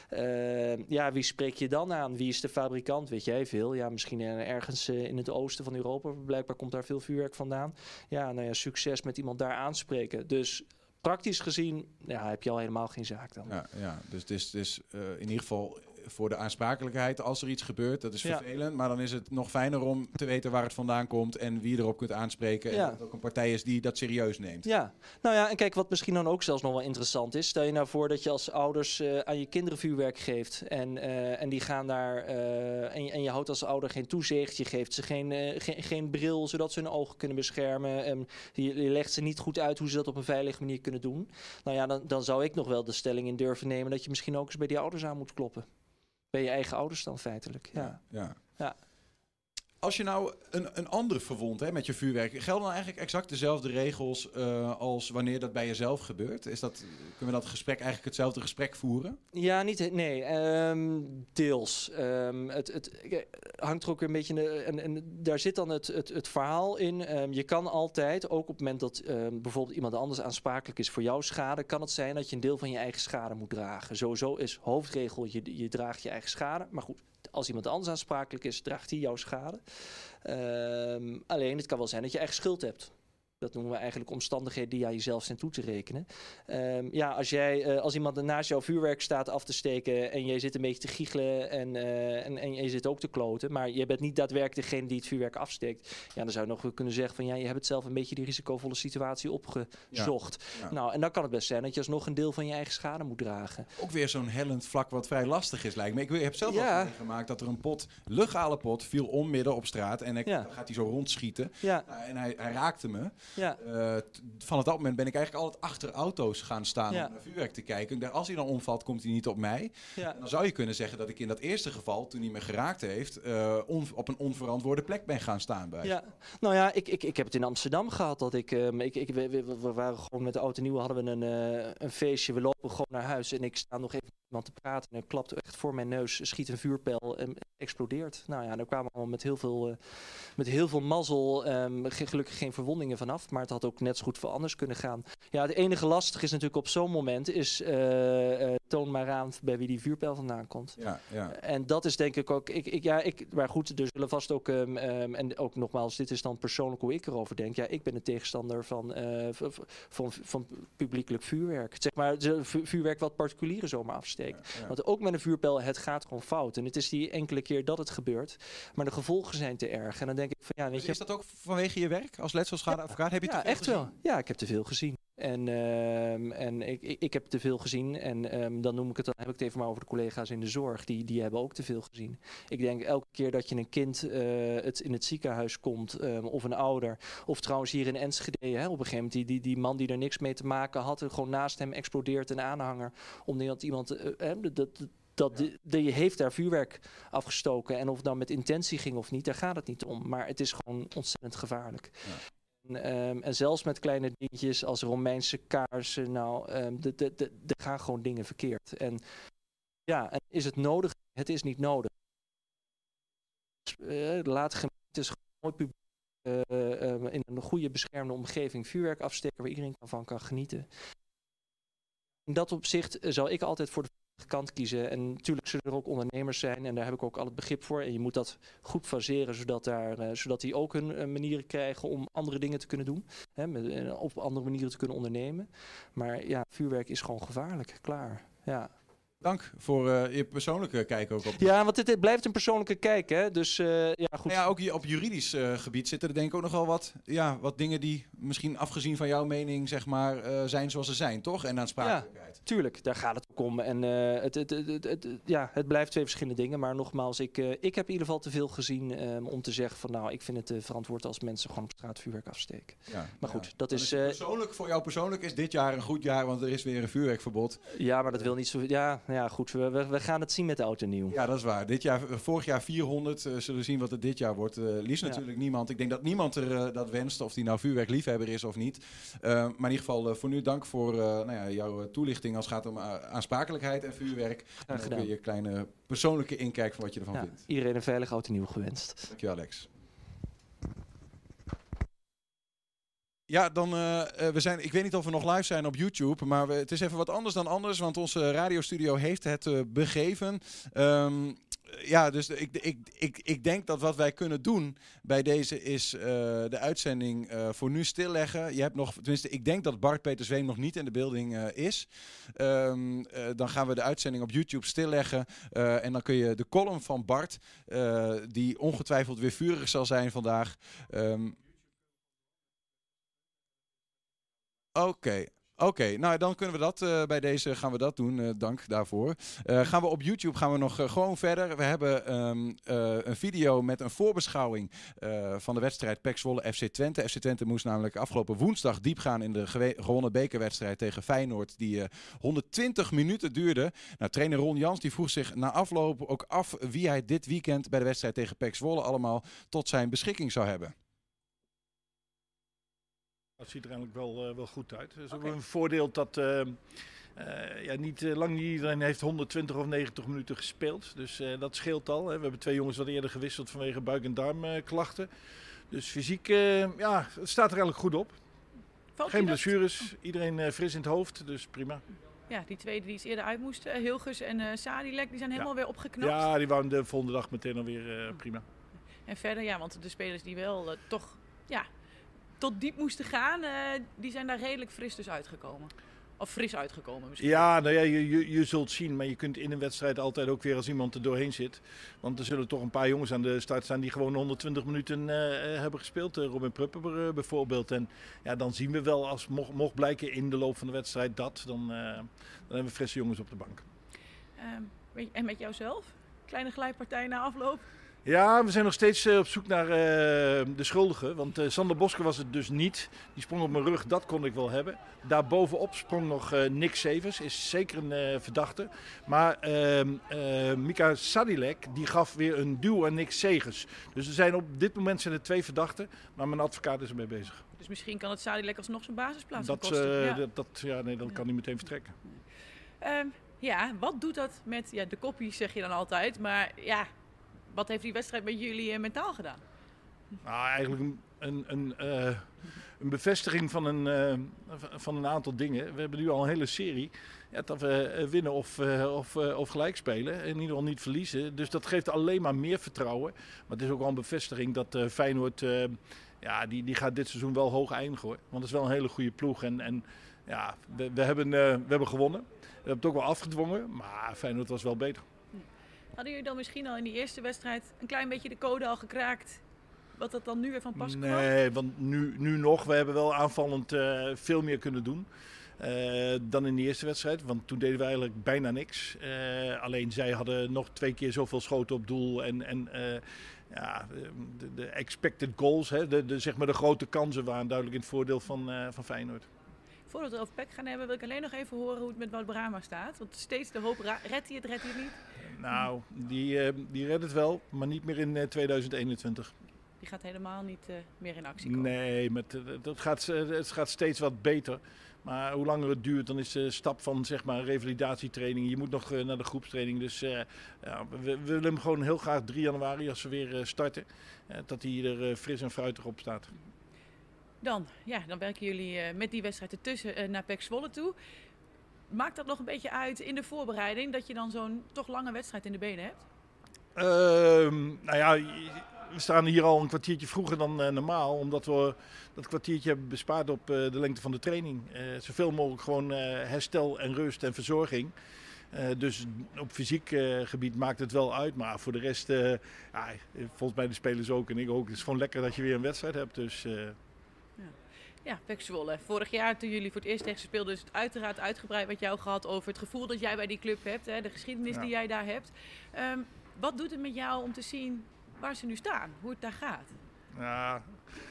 Uh, ja, wie spreek je dan aan? Wie is de fabrikant? Weet jij veel? Ja, misschien ergens uh, in het oosten van Europa, blijkbaar komt daar veel vuurwerk vandaan. Ja, nou ja, succes met iemand daar aanspreken. Dus praktisch gezien ja, heb je al helemaal geen zaak dan. Ja, ja. dus het is, het is uh, in ieder geval voor de aansprakelijkheid als er iets gebeurt. Dat is Ja. vervelend, maar dan is het nog fijner om te weten waar het vandaan komt en wie je erop kunt aanspreken. En Ja. dat het ook een partij is die dat serieus neemt. Ja, nou ja, en kijk, wat misschien dan ook zelfs nog wel interessant is. Stel je nou voor dat je als ouders uh, aan je kinderen vuurwerk geeft. En, uh, en die gaan daar. Uh, en, je, en je houdt als ouder geen toezicht. Je geeft ze geen, uh, geen, geen bril, zodat ze hun ogen kunnen beschermen. En je, je legt ze niet goed uit hoe ze dat op een veilige manier kunnen doen. Nou ja, dan, dan zou ik nog wel de stelling in durven nemen dat je misschien ook eens bij die ouders aan moet kloppen. Bij je eigen ouders dan feitelijk, ja. Ja, ja. ja. Als je nou een, een andere verwondt hè, met je vuurwerk, gelden dan eigenlijk exact dezelfde regels uh, als wanneer dat bij jezelf gebeurt? Is dat, kunnen we dat gesprek eigenlijk hetzelfde gesprek voeren? Ja, niet, nee, um, deels. Um, het, het hangt er ook weer een beetje, de, en, en daar zit dan het, het, het verhaal in. Um, je kan altijd, ook op het moment dat um, bijvoorbeeld iemand anders aansprakelijk is voor jouw schade, kan het zijn dat je een deel van je eigen schade moet dragen. Sowieso is hoofdregel, je, je draagt je eigen schade, maar goed. Als iemand anders aansprakelijk is, draagt hij jouw schade. Um, alleen, het kan wel zijn dat je eigen schuld hebt. Dat noemen we eigenlijk omstandigheden die aan jezelf zijn toe te rekenen. Um, ja, als, jij, uh, als iemand naast jouw vuurwerk staat af te steken en jij zit een beetje te giechelen en, uh, en, en je zit ook te kloten, maar je bent niet daadwerkelijk degene die het vuurwerk afsteekt, ja, dan zou je nog wel kunnen zeggen van ja, je hebt het zelf een beetje die risicovolle situatie opgezocht. Ja, ja. Nou, en dan kan het best zijn dat je alsnog een deel van je eigen schade moet dragen. Ook weer zo'n hellend vlak wat vrij lastig is, lijkt me. Ik heb zelf ja. al meegemaakt dat er een pot, legale pot, viel om midden op straat en ik, ja. dan gaat hij zo rondschieten. Ja. Nou, en hij, hij raakte me. Ja. Uh, t- vanaf dat moment ben ik eigenlijk altijd achter auto's gaan staan ja. om naar vuurwerk te kijken. Ik dacht, als hij dan omvalt, komt hij niet op mij. Ja. En dan zou je kunnen zeggen dat ik in dat eerste geval, toen hij me geraakt heeft, uh, on- op een onverantwoorde plek ben gaan staan. Bij. Ja. Nou ja, ik, ik, ik heb het in Amsterdam gehad. Dat ik, um, ik, ik we, we, we waren gewoon met de oud en nieuw hadden we een, uh, een feestje. We lopen gewoon naar huis en ik sta nog even met iemand te praten. En er klapt echt voor mijn neus, schiet een vuurpijl en explodeert. Nou ja, daar kwamen we allemaal met heel veel, uh, met heel veel mazzel. Um, gelukkig geen verwondingen vanaf, maar het had ook net zo goed voor anders kunnen gaan. Ja, het enige lastig is natuurlijk op zo'n moment is uh, uh, toon maar aan bij wie die vuurpijl vandaan komt. Ja, ja. En dat is denk ik ook, ik, ik, ja, ik, maar goed, er zullen vast ook, um, um, en ook nogmaals, dit is dan persoonlijk hoe ik erover denk. Ja, ik ben een tegenstander van, uh, van, van, van publiekelijk vuurwerk. Zeg maar, vuurwerk wat particulieren zomaar afsteekt. Ja, ja. Want ook met een vuurpijl, het gaat gewoon fout. En het is die enkele keer dat het gebeurt, maar de gevolgen zijn te erg. En dan denk ik van, ja, weet dus je... Is dat ook vanwege je werk als letselschadeadvocaat? Ja, heb je ja, echt gezien? wel. Ja, ik heb te veel gezien. En, um, en ik, ik, ik heb te veel gezien. En um, dan noem ik het, dan heb ik het even maar over de collega's in de zorg. Die, die hebben ook te veel gezien. Ik denk elke keer dat je een kind uh, het in het ziekenhuis komt, um, of een ouder. Of trouwens hier in Enschede, hè, op een gegeven moment, die, die, die man die er niks mee te maken had, gewoon naast hem explodeert een aanhanger. Omdat iemand, uh, uh, dat, dat, dat ja. de, de heeft daar vuurwerk afgestoken. En of het nou met intentie ging of niet, daar gaat het niet om. Maar het is gewoon ontzettend gevaarlijk. Ja. En, um, en zelfs met kleine dingetjes als Romeinse kaarsen, nou, um, er gaan gewoon dingen verkeerd. En ja, en is het nodig? Het is niet nodig. Uh, laat gemeentes gewoon publiek uh, uh, in een goede beschermde omgeving vuurwerk afsteken waar iedereen van kan genieten. In dat opzicht uh, zal ik altijd voor de kant kiezen. En natuurlijk zullen er ook ondernemers zijn en daar heb ik ook al het begrip voor. En je moet dat goed faseren, zodat, daar, uh, zodat die ook hun uh, manieren krijgen om andere dingen te kunnen doen. Hè, met, uh, op andere manieren te kunnen ondernemen. Maar ja, vuurwerk is gewoon gevaarlijk, klaar. Ja. Dank voor uh, je persoonlijke kijk ook op. Ja, want dit, dit blijft een persoonlijke kijk, hè. Dus uh, ja, goed. Ja, ook hier op juridisch uh, gebied zitten er denk ik ook nog wel wat, ja, wat dingen die misschien afgezien van jouw mening, zeg maar, uh, zijn zoals ze zijn, toch? En aansprakelijkheid. Ja, tuurlijk, daar gaat het ook om. En uh, het, het, het, het, het, ja, het blijft twee verschillende dingen. Maar nogmaals, ik, uh, ik heb in ieder geval te veel gezien um, om te zeggen van, nou, ik vind het uh, verantwoord als mensen gewoon op straat vuurwerk afsteken. Ja, maar goed, ja. dat is... Uh, uh, persoonlijk, voor jou persoonlijk is dit jaar een goed jaar, want er is weer een vuurwerkverbod. Ja, maar dat wil niet zo... Ja, ja goed, we, we We gaan het zien met de oud en nieuw. Ja, dat is waar. Dit jaar, vorig jaar vierhonderd. Uh, zullen we zien wat het dit jaar wordt. Uh, liefst ja. natuurlijk niemand. Ik denk dat niemand er uh, dat wenst. Of die nou vuurwerkliefhebber is of niet. Uh, maar in ieder geval uh, voor nu dank voor uh, nou ja, jouw toelichting als het gaat om uh, aansprakelijkheid en vuurwerk. Graag en ook weer je kleine persoonlijke inkijk van wat je ervan ja, vindt. Iedereen een veilig oud en nieuw gewenst. Dankjewel, Alex. Ja, dan, uh, we zijn, ik weet niet of we nog live zijn op YouTube, maar we, het is even wat anders dan anders, want onze radiostudio heeft het uh, begeven. Um, ja, dus ik, ik, ik, ik denk dat wat wij kunnen doen bij deze is uh, de uitzending uh, voor nu stilleggen. Je hebt nog, tenminste, ik denk dat Bart Peter Zweem nog niet in de building uh, is. Um, uh, dan gaan we de uitzending op YouTube stilleggen uh, en dan kun je de column van Bart, uh, die ongetwijfeld weer vurig zal zijn vandaag. Um, Oké, okay. Oké, okay. Nou dan kunnen we dat uh, bij deze gaan we dat doen. Uh, dank daarvoor. Uh, gaan we op YouTube gaan we nog uh, gewoon verder. We hebben um, uh, een video met een voorbeschouwing uh, van de wedstrijd P E C Zwolle F C Twente. F C Twente moest namelijk afgelopen woensdag diep gaan in de gewe- gewonnen bekerwedstrijd tegen Feyenoord, die uh, honderdtwintig minuten duurde. Nou, trainer Ron Jans die vroeg zich na afloop ook af wie hij dit weekend bij de wedstrijd tegen P E C Zwolle allemaal tot zijn beschikking zou hebben. Dat ziet er eigenlijk wel, uh, wel goed uit. Het is ook okay. Een voordeel dat uh, uh, ja, niet, uh, lang niet iedereen heeft honderdtwintig of negentig minuten gespeeld. Dus uh, dat scheelt al. Hè. We hebben twee jongens wat eerder gewisseld vanwege buik- en darmklachten. Uh, dus fysiek uh, ja, het staat er eigenlijk goed op. Valt Geen blessures, dat... iedereen uh, fris in het hoofd, dus prima. Ja, die tweede die is eerder uit moesten, uh, Hilgers en uh, Sadilek, die zijn helemaal ja. weer opgeknapt. Ja, die waren de volgende dag meteen alweer uh, prima. En verder, ja, want de spelers die wel uh, toch... ja. tot diep moesten gaan, uh, die zijn daar redelijk fris dus uitgekomen. Of fris uitgekomen misschien. Ja, nou ja, je, je, je zult zien, maar je kunt in een wedstrijd altijd ook weer als iemand er doorheen zit. Want er zullen toch een paar jongens aan de start staan die gewoon honderdtwintig minuten uh, hebben gespeeld. Uh, Robin Prupper uh, bijvoorbeeld. En ja, dan zien we wel, als mocht, mocht blijken in de loop van de wedstrijd dat, dan, uh, dan hebben we frisse jongens op de bank. Uh, en met jouzelf? Kleine glijpartij na afloop? Ja, we zijn nog steeds uh, op zoek naar uh, de schuldigen. Want uh, Sander Bosker was het dus niet. Die sprong op mijn rug, dat kon ik wel hebben. Daarbovenop sprong nog uh, Nick Severs, is zeker een uh, verdachte. Maar uh, uh, Mika Sadilek, die gaf weer een duw aan Nick Segers. Dus er zijn op dit moment zijn er twee verdachten, maar mijn advocaat is ermee bezig. Dus misschien kan het Sadilek alsnog zijn basisplaats dat, kosten. Uh, ja. dat, dat, ja, nee, dan ja. kan hij meteen vertrekken. Um, ja, wat doet dat met ja, de koppies, zeg je dan altijd. Maar ja... Wat heeft die wedstrijd met jullie uh, mentaal gedaan? Nou, eigenlijk een, een, een, uh, een bevestiging van een, uh, van een aantal dingen. We hebben nu al een hele serie. Ja, dat we uh, winnen of, uh, of, uh, of gelijk spelen. In ieder geval niet verliezen. Dus dat geeft alleen maar meer vertrouwen. Maar het is ook wel een bevestiging dat uh, Feyenoord... Uh, ja, die, die gaat dit seizoen wel hoog eindigen, hoor. Want het is wel een hele goede ploeg. En, en ja, we, we, hebben, uh, we hebben gewonnen. We hebben het ook wel afgedwongen. Maar Feyenoord was wel beter. Hadden jullie dan misschien al in die eerste wedstrijd een klein beetje de code al gekraakt? Wat dat dan nu weer van pas kwam? Nee, want nu, nu nog. We hebben wel aanvallend uh, veel meer kunnen doen uh, dan in de eerste wedstrijd. Want toen deden we eigenlijk bijna niks. Uh, alleen zij hadden nog twee keer zoveel schoten op doel. En, en uh, ja, de, de expected goals, hè, de, de, zeg maar de grote kansen waren duidelijk in het voordeel van, uh, van Feyenoord. Voordat we het over P E C gaan hebben, wil ik alleen nog even horen hoe het met Wout Brama staat. Want steeds de hoop, redt hij het, redt hij het niet? Nou, die, uh, die redt het wel, maar niet meer in uh, tweeduizend eenentwintig. Die gaat helemaal niet uh, meer in actie komen? Nee, met, uh, dat gaat, uh, het gaat steeds wat beter. Maar hoe langer het duurt, dan is de stap van zeg maar revalidatietraining. Je moet nog uh, naar de groepstraining. Dus uh, ja, we, we willen hem gewoon heel graag drie januari, als we weer uh, starten, uh, dat hij er uh, fris en fruitig op staat. Dan, ja, dan werken jullie uh, met die wedstrijd ertussen uh, naar P E C Zwolle toe. maakt dat nog een beetje uit in de voorbereiding, dat je dan zo'n toch lange wedstrijd in de benen hebt? Uh, nou ja, we staan hier al een kwartiertje vroeger dan uh, normaal, omdat we dat kwartiertje hebben bespaard op uh, de lengte van de training. Uh, zoveel mogelijk gewoon uh, herstel en rust en verzorging. Uh, dus op fysiek uh, gebied maakt het wel uit, maar voor de rest, uh, ja, volgens mij de spelers ook en ik ook, het is gewoon lekker dat je weer een wedstrijd hebt. Dus, uh... ja. Ja, P E C Zwolle. Vorig jaar toen jullie voor het eerst tegen ze speelden, is het uiteraard uitgebreid met jou gehad over het gevoel dat jij bij die club hebt, hè, de geschiedenis ja. die jij daar hebt. Um, wat doet het met jou om te zien waar ze nu staan, hoe het daar gaat? Ja,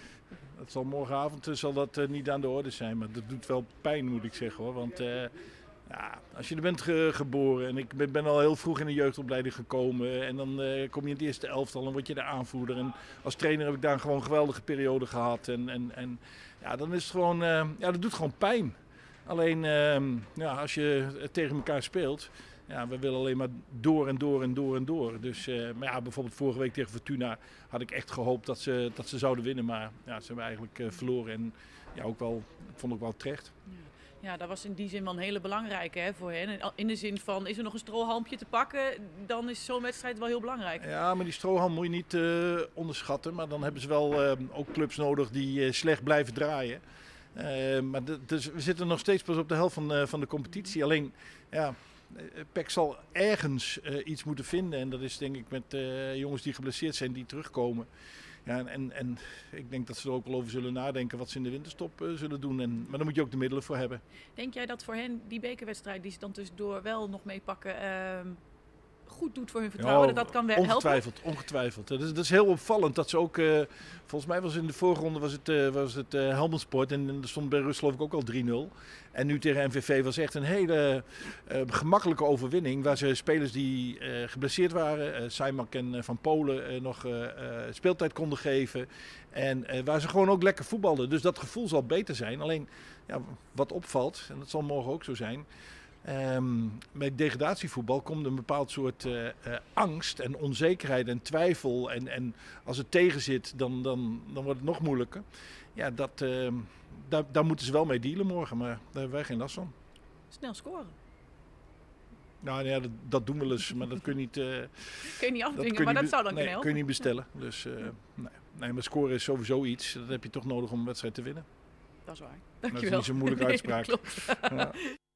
het zal morgenavond zal dat uh, niet aan de orde zijn, maar dat doet wel pijn, moet ik zeggen hoor. Want uh, ja, als je er bent ge- geboren en ik ben, ben al heel vroeg in de jeugdopleiding gekomen en dan uh, kom je in het eerste elftal en word je de aanvoerder. En als trainer heb ik daar gewoon een geweldige periode gehad en, en, en ja, dan is het gewoon, uh, ja, dat doet gewoon pijn. Alleen uh, ja, als je tegen elkaar speelt, ja, we willen alleen maar door en door en door en door. Dus, uh, maar ja, bijvoorbeeld vorige week tegen Fortuna had ik echt gehoopt dat ze, dat ze zouden winnen. Maar ja, ze hebben eigenlijk uh, verloren en ja, ook wel, ik vond ook wel terecht. Ja. Ja, dat was in die zin wel een hele belangrijke hè, voor hen. In de zin van, is er nog een strohalmpje te pakken, dan is zo'n wedstrijd wel heel belangrijk. Ja, maar die strohalm moet je niet uh, onderschatten. Maar dan hebben ze wel uh, ook clubs nodig die uh, slecht blijven draaien. Uh, maar de, dus we zitten nog steeds pas op de helft van, uh, van de competitie. Alleen, ja, P E C zal ergens uh, iets moeten vinden. En dat is denk ik met uh, jongens die geblesseerd zijn, die terugkomen. Ja, en, en ik denk dat ze er ook wel over zullen nadenken wat ze in de winterstop uh, zullen doen. En, maar daar moet je ook de middelen voor hebben. Denk jij dat voor hen die bekerwedstrijd die ze dan tussendoor wel nog meepakken uh, goed doet voor hun vertrouwen? Ja, dat dat kan wel ongetwijfeld, helpen? Ongetwijfeld. Dat is, dat is heel opvallend dat ze ook, uh, volgens mij was in de voorronde was het, uh, was het uh, Helmond Sport en er stond bij Rust geloof ik ook al drie nul. En nu tegen M V V was echt een hele uh, gemakkelijke overwinning. Waar ze spelers die uh, geblesseerd waren, uh, Saimak en uh, Van Polen, uh, nog uh, uh, speeltijd konden geven. En uh, waar ze gewoon ook lekker voetbalden. Dus dat gevoel zal beter zijn. Alleen ja, wat opvalt, en dat zal morgen ook zo zijn. Um, met degradatievoetbal komt een bepaald soort uh, uh, angst en onzekerheid en twijfel. En, en als het tegen zit, dan, dan, dan wordt het nog moeilijker. Ja, dat, uh, daar, daar moeten ze wel mee dealen morgen, maar daar hebben wij geen last van. Snel scoren. Nou ja, dat, dat doen we wel eens, maar dat kun je niet... Uh, kun je niet afdwingen, dat maar dat zou dan nee, kunnen helpen. kun je niet bestellen. Dus uh, nee. nee, maar scoren is sowieso iets. Dat heb je toch nodig om een wedstrijd te winnen. Dat is waar. Dankjewel. Dat is niet zo'n moeilijke nee, uitspraak. Klopt. Ja.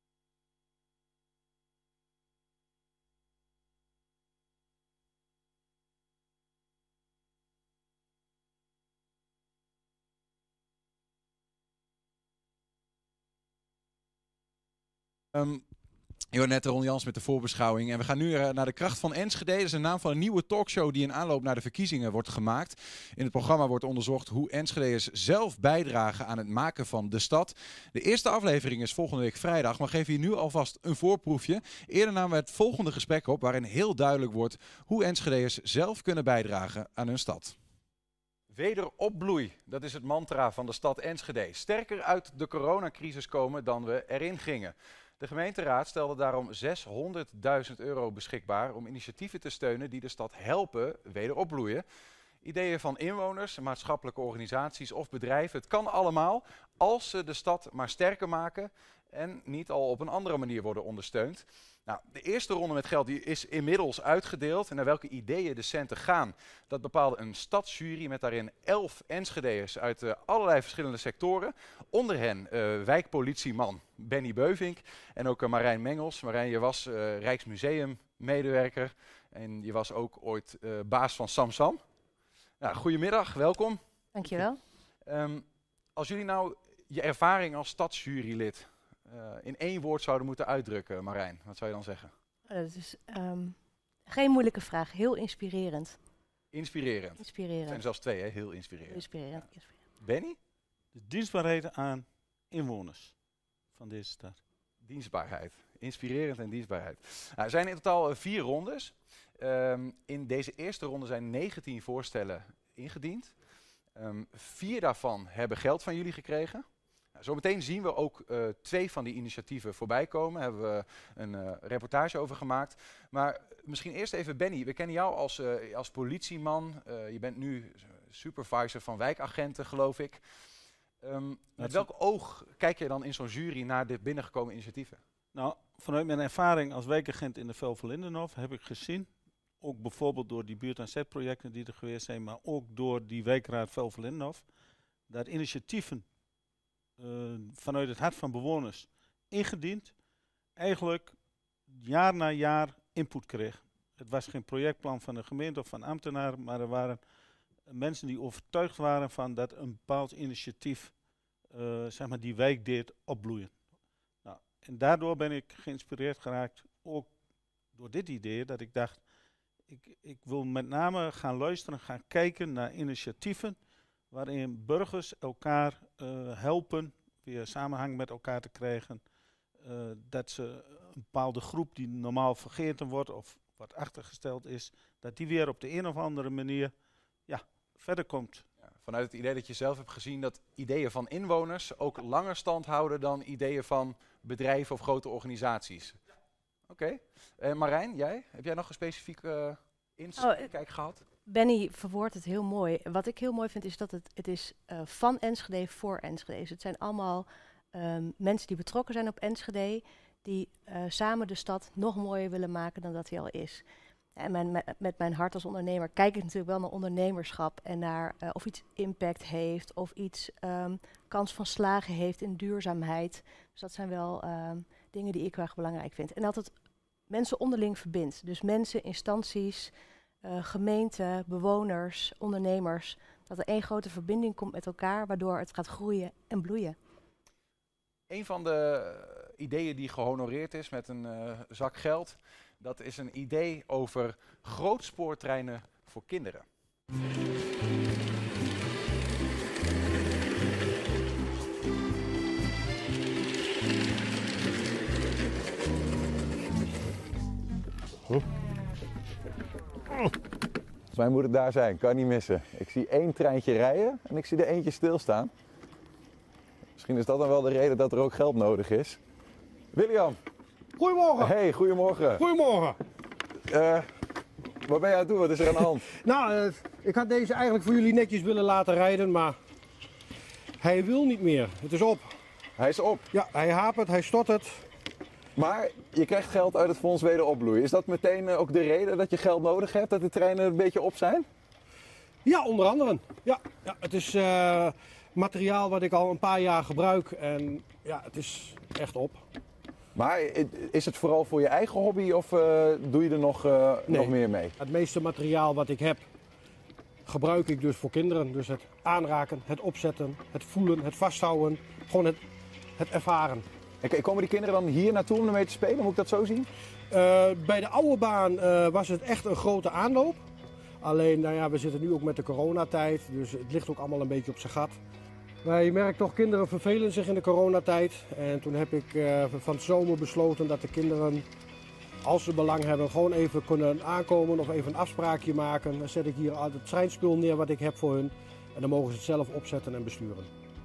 Um, je hoort net Ron Jans met de voorbeschouwing. En we gaan nu uh, naar de kracht van Enschede. Dat is de naam van een nieuwe talkshow die in aanloop naar de verkiezingen wordt gemaakt. In het programma wordt onderzocht hoe Enschedeërs zelf bijdragen aan het maken van de stad. De eerste aflevering is volgende week vrijdag, maar geef je nu alvast een voorproefje. Eerder namen we het volgende gesprek op waarin heel duidelijk wordt hoe Enschedeërs zelf kunnen bijdragen aan hun stad. Wederopbloei, dat is het mantra van de stad Enschede. Sterker uit de coronacrisis komen dan we erin gingen. De gemeenteraad stelde daarom zeshonderdduizend euro beschikbaar om initiatieven te steunen die de stad helpen wederopbloeien. Ideeën van inwoners, maatschappelijke organisaties of bedrijven, het kan allemaal als ze de stad maar sterker maken en niet al op een andere manier worden ondersteund. Nou, de eerste ronde met geld die is inmiddels uitgedeeld. En naar welke ideeën de centen gaan, dat bepaalde een stadsjury met daarin elf Enschedeërs uit uh, allerlei verschillende sectoren. Onder hen uh, wijkpolitieman Benny Beuvink en ook uh, Marijn Mengels. Marijn, je was uh, Rijksmuseum medewerker en je was ook ooit uh, baas van Samsam. Nou, goedemiddag, welkom. Dankjewel. Um, als jullie nou je ervaring als stadsjurylid Uh, in één woord zouden moeten uitdrukken, Marijn, wat zou je dan zeggen? Uh, dat is um, geen moeilijke vraag, heel inspirerend. Inspirerend. Inspirerend. Er zijn zelfs twee, hè? Heel inspirerend. Inspirerend. Ja. Benny? De dienstbaarheid aan inwoners van deze stad. Dienstbaarheid. Inspirerend en dienstbaarheid. Nou, er zijn in totaal uh, vier rondes. Um, in deze eerste ronde zijn negentien voorstellen ingediend. Um, vier daarvan hebben geld van jullie gekregen. Nou, zometeen zien we ook uh, twee van die initiatieven voorbij komen. Daar hebben we een uh, reportage over gemaakt. Maar misschien eerst even Benny. We kennen jou als, uh, als politieman. Uh, je bent nu supervisor van wijkagenten, geloof ik. Um, met welk oog kijk je dan in zo'n jury naar de binnengekomen initiatieven? Nou, vanuit mijn ervaring als wijkagent in de Velver-Lindenhof heb ik gezien, ook bijvoorbeeld door die buurt- en zetprojecten die er geweest zijn, maar ook door die wijkraad Velver-Lindenhof, dat initiatieven uh, vanuit het hart van bewoners ingediend, eigenlijk jaar na jaar input kreeg. Het was geen projectplan van de gemeente of van ambtenaren, maar er waren mensen die overtuigd waren van dat een bepaald initiatief uh, zeg maar die wijk deed opbloeien. Nou, en daardoor ben ik geïnspireerd geraakt, ook door dit idee, dat ik dacht, ik, ik wil met name gaan luisteren, gaan kijken naar initiatieven waarin burgers elkaar uh, helpen, weer samenhang met elkaar te krijgen. Uh, dat ze een bepaalde groep die normaal vergeten wordt of wat achtergesteld is, dat die weer op de een of andere manier ja, verder komt. Ja, vanuit het idee dat je zelf hebt gezien dat ideeën van inwoners ook langer stand houden dan ideeën van bedrijven of grote organisaties. Oké. Okay. Uh, Marijn, jij? Heb jij nog een specifieke uh, inkijk oh, gehad? Benny verwoordt het heel mooi. Wat ik heel mooi vind is dat het, het is uh, van Enschede voor Enschede is. Het zijn allemaal um, mensen die betrokken zijn op Enschede, die uh, samen de stad nog mooier willen maken dan dat hij al is. En mijn, met, met mijn hart als ondernemer kijk ik natuurlijk wel naar ondernemerschap en naar uh, of iets impact heeft of iets um, kans van slagen heeft in duurzaamheid. Dus dat zijn wel um, dingen die ik heel erg belangrijk vind. En dat het mensen onderling verbindt. Dus mensen, instanties, uh, gemeenten, bewoners, ondernemers. Dat er één grote verbinding komt met elkaar, waardoor het gaat groeien en bloeien. Een van de ideeën die gehonoreerd is met een uh, zak geld, dat is een idee over grootspoortreinen voor kinderen. Huh? Volgens mij moet het daar zijn, kan niet missen. Ik zie één treintje rijden en ik zie er eentje stilstaan. Misschien is dat dan wel de reden dat er ook geld nodig is. William. Goedemorgen. Hey, goedemorgen. Goedemorgen. Uh, wat ben je aan het doen? Wat is er aan de hand? nou, uh, ik had deze eigenlijk voor jullie netjes willen laten rijden, maar hij wil niet meer. Het is op. Hij is op? Ja, hij hapert, hij stottert. Maar je krijgt geld uit het Fonds Wederopbloei. Is dat meteen uh, ook de reden dat je geld nodig hebt, dat de treinen een beetje op zijn? Ja, onder andere. Ja, ja het is uh, materiaal wat ik al een paar jaar gebruik en ja, het is echt op. Maar is het vooral voor je eigen hobby of uh, doe je er nog, uh, nee, nog meer mee? Het meeste materiaal wat ik heb gebruik ik dus voor kinderen. Dus het aanraken, het opzetten, het voelen, het vasthouden, gewoon het, het ervaren. En komen die kinderen dan hier naartoe om ermee te spelen? Moet ik dat zo zien? Uh, bij de oude baan uh, was het echt een grote aanloop. Alleen, nou ja, we zitten nu ook met de coronatijd, dus het ligt ook allemaal een beetje op zijn gat. Maar je merkt toch, kinderen vervelen zich in de coronatijd. En toen heb ik uh, van het zomer besloten dat de kinderen, als ze belang hebben, gewoon even kunnen aankomen of even een afspraakje maken. Dan zet ik hier al het treinspul neer wat ik heb voor hun. En dan mogen ze het zelf opzetten en besturen.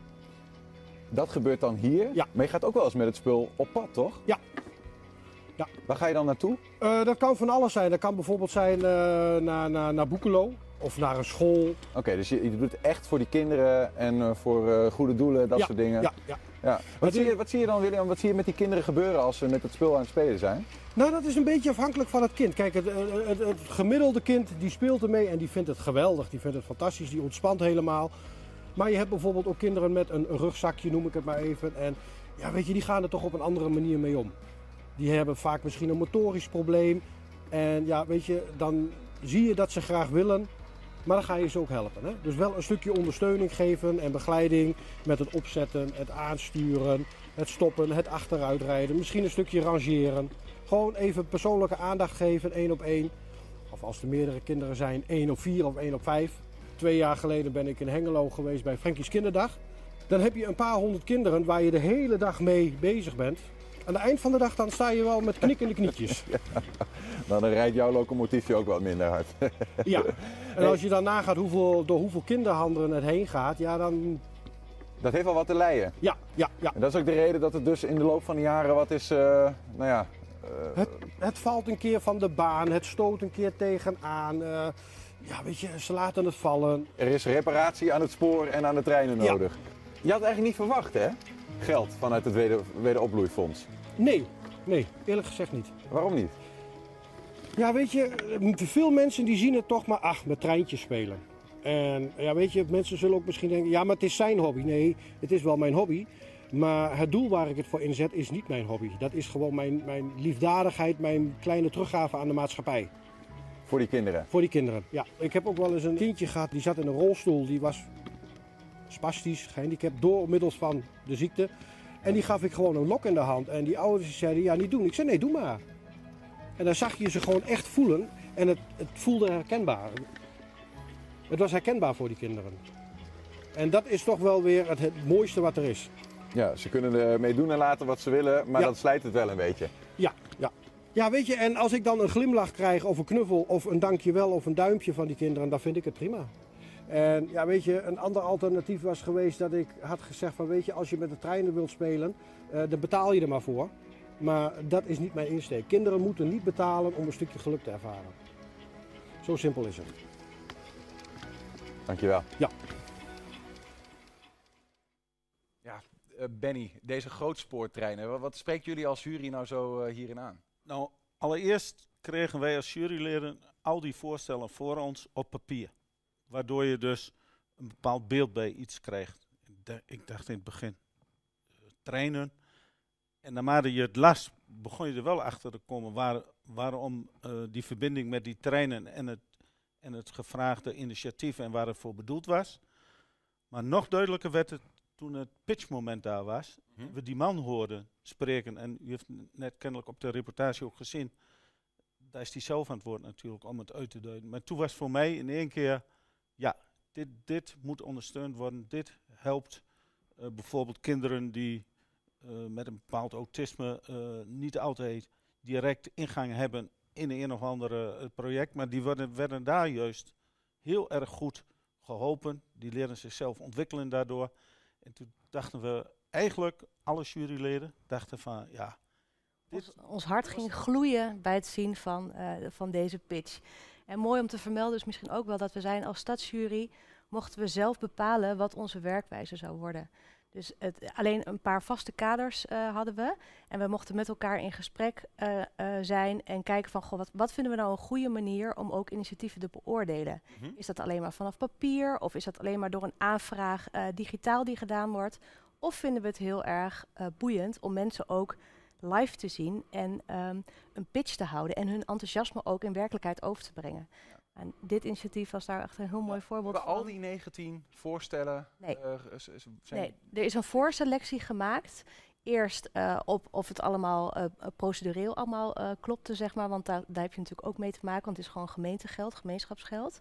Dat gebeurt dan hier? Ja. Maar je gaat ook wel eens met het spul op pad, toch? Ja. ja. Waar ga je dan naartoe? Uh, dat kan van alles zijn. Dat kan bijvoorbeeld zijn uh, naar, naar, naar Boekelo. Of naar een school. Oké, okay, dus je, je doet het echt voor die kinderen en uh, voor uh, goede doelen, dat ja, soort dingen. Ja, ja. ja. Wat, zie je, wat zie je dan, William, wat zie je met die kinderen gebeuren als ze met het spul aan het spelen zijn? Nou, dat is een beetje afhankelijk van het kind. Kijk, het, het, het gemiddelde kind die speelt ermee en die vindt het geweldig. Die vindt het fantastisch, die ontspant helemaal. Maar je hebt bijvoorbeeld ook kinderen met een, een rugzakje, noem ik het maar even. En ja, weet je, die gaan er toch op een andere manier mee om. Die hebben vaak misschien een motorisch probleem. En ja, weet je, dan zie je dat ze graag willen. Maar dan ga je ze ook helpen. Hè? Dus wel een stukje ondersteuning geven en begeleiding met het opzetten, het aansturen, het stoppen, het achteruitrijden. Misschien een stukje rangeren. Gewoon even persoonlijke aandacht geven, één op één. Of als er meerdere kinderen zijn, één op vier of één op vijf. Twee jaar geleden ben ik in Hengelo geweest bij Frankie's Kinderdag. Dan heb je een paar honderd kinderen waar je de hele dag mee bezig bent. Aan het eind van de dag dan sta je wel met knikkende knietjes. Ja, nou, dan rijdt jouw locomotiefje ook wat minder hard. Ja, en als je dan nagaat hoeveel, door hoeveel kinderhandelen het heen gaat, ja dan... Dat heeft wel wat te leiden. Ja, ja, ja. En dat is ook de reden dat het dus in de loop van de jaren wat is, uh, nou ja... Uh... Het, het valt een keer van de baan, het stoot een keer tegenaan. Uh, ja, weet je, ze laten het vallen. Er is reparatie aan het spoor en aan de treinen nodig. Ja. Je had eigenlijk niet verwacht, hè? Geld vanuit het weder, Wederopbloeifonds. Nee, Nee, eerlijk gezegd niet. Waarom niet? Ja, weet je, veel mensen die zien het toch maar, ach, met treintjes spelen. En ja, weet je, mensen zullen ook misschien denken, ja, maar het is zijn hobby. Nee, het is wel mijn hobby. Maar het doel waar ik het voor inzet is niet mijn hobby. Dat is gewoon mijn, mijn liefdadigheid, mijn kleine teruggave aan de maatschappij. Voor die kinderen? Voor die kinderen, ja. Ik heb ook wel eens een kindje gehad, die zat in een rolstoel. Die was spastisch, gehandicapt, door middels van de ziekte. En die gaf ik gewoon een lok in de hand. En die ouders zeiden, ja, niet doen. Ik zei, nee, doe maar. En dan zag je ze gewoon echt voelen. En het, het voelde herkenbaar. Het was herkenbaar voor die kinderen. En dat is toch wel weer het, het mooiste wat er is. Ja, ze kunnen ermee doen en laten wat ze willen, maar Ja. dat slijt het wel een beetje. Ja, ja. Ja, weet je, en als ik dan een glimlach krijg of een knuffel of een dankjewel of een duimpje van die kinderen, dan vind ik het prima. En ja, weet je, een ander alternatief was geweest dat ik had gezegd van, weet je, als je met de treinen wilt spelen, uh, dan betaal je er maar voor. Maar dat is niet mijn insteek. Kinderen moeten niet betalen om een stukje geluk te ervaren. Zo simpel is het. Dankjewel. Ja. Ja, uh, Benny, deze grootspoortreinen, wat, wat spreekt jullie als jury nou zo uh, hierin aan? Nou, allereerst kregen wij als juryleden al die voorstellen voor ons op papier. Waardoor je dus een bepaald beeld bij iets krijgt. Ik dacht in het begin, uh, treinen. En naarmate je het las, begon je er wel achter te komen waar, waarom uh, die verbinding met die treinen en het, en het gevraagde initiatief en waar het voor bedoeld was. Maar nog duidelijker werd het toen het pitchmoment daar was. Hm? We die man hoorden spreken. En u heeft net kennelijk op de reportage ook gezien. Daar is hij zelf aan het woord natuurlijk om het uit te duiden. Maar toen was voor mij in één keer, ja, dit, dit moet ondersteund worden. Dit helpt uh, bijvoorbeeld kinderen die uh, met een bepaald autisme uh, niet altijd direct ingang hebben in een of andere uh, project. Maar die werden, werden daar juist heel erg goed geholpen. Die leren zichzelf ontwikkelen daardoor. En toen dachten we eigenlijk, alle juryleden dachten van, ja. Ons, ons hart ging gloeien bij het zien van, uh, van deze pitch. En mooi om te vermelden is misschien ook wel dat we zijn als stadsjury, mochten we zelf bepalen wat onze werkwijze zou worden. Dus het, alleen een paar vaste kaders uh, hadden we. En we mochten met elkaar in gesprek uh, uh, zijn en kijken van, goh, wat, wat vinden we nou een goede manier om ook initiatieven te beoordelen? Mm-hmm. Is dat alleen maar vanaf papier of is dat alleen maar door een aanvraag uh, digitaal die gedaan wordt? Of vinden we het heel erg uh, boeiend om mensen ook live te zien en um, een pitch te houden en hun enthousiasme ook in werkelijkheid over te brengen? Ja. En dit initiatief was daar echt een heel mooi ja, voorbeeld van. Al die negentien voorstellen? Nee. Uh, zijn nee, er is een voorselectie gemaakt. Eerst uh, op of het allemaal uh, procedureel allemaal uh, klopte, zeg maar. Want daar, daar heb je natuurlijk ook mee te maken, want het is gewoon gemeentegeld, gemeenschapsgeld.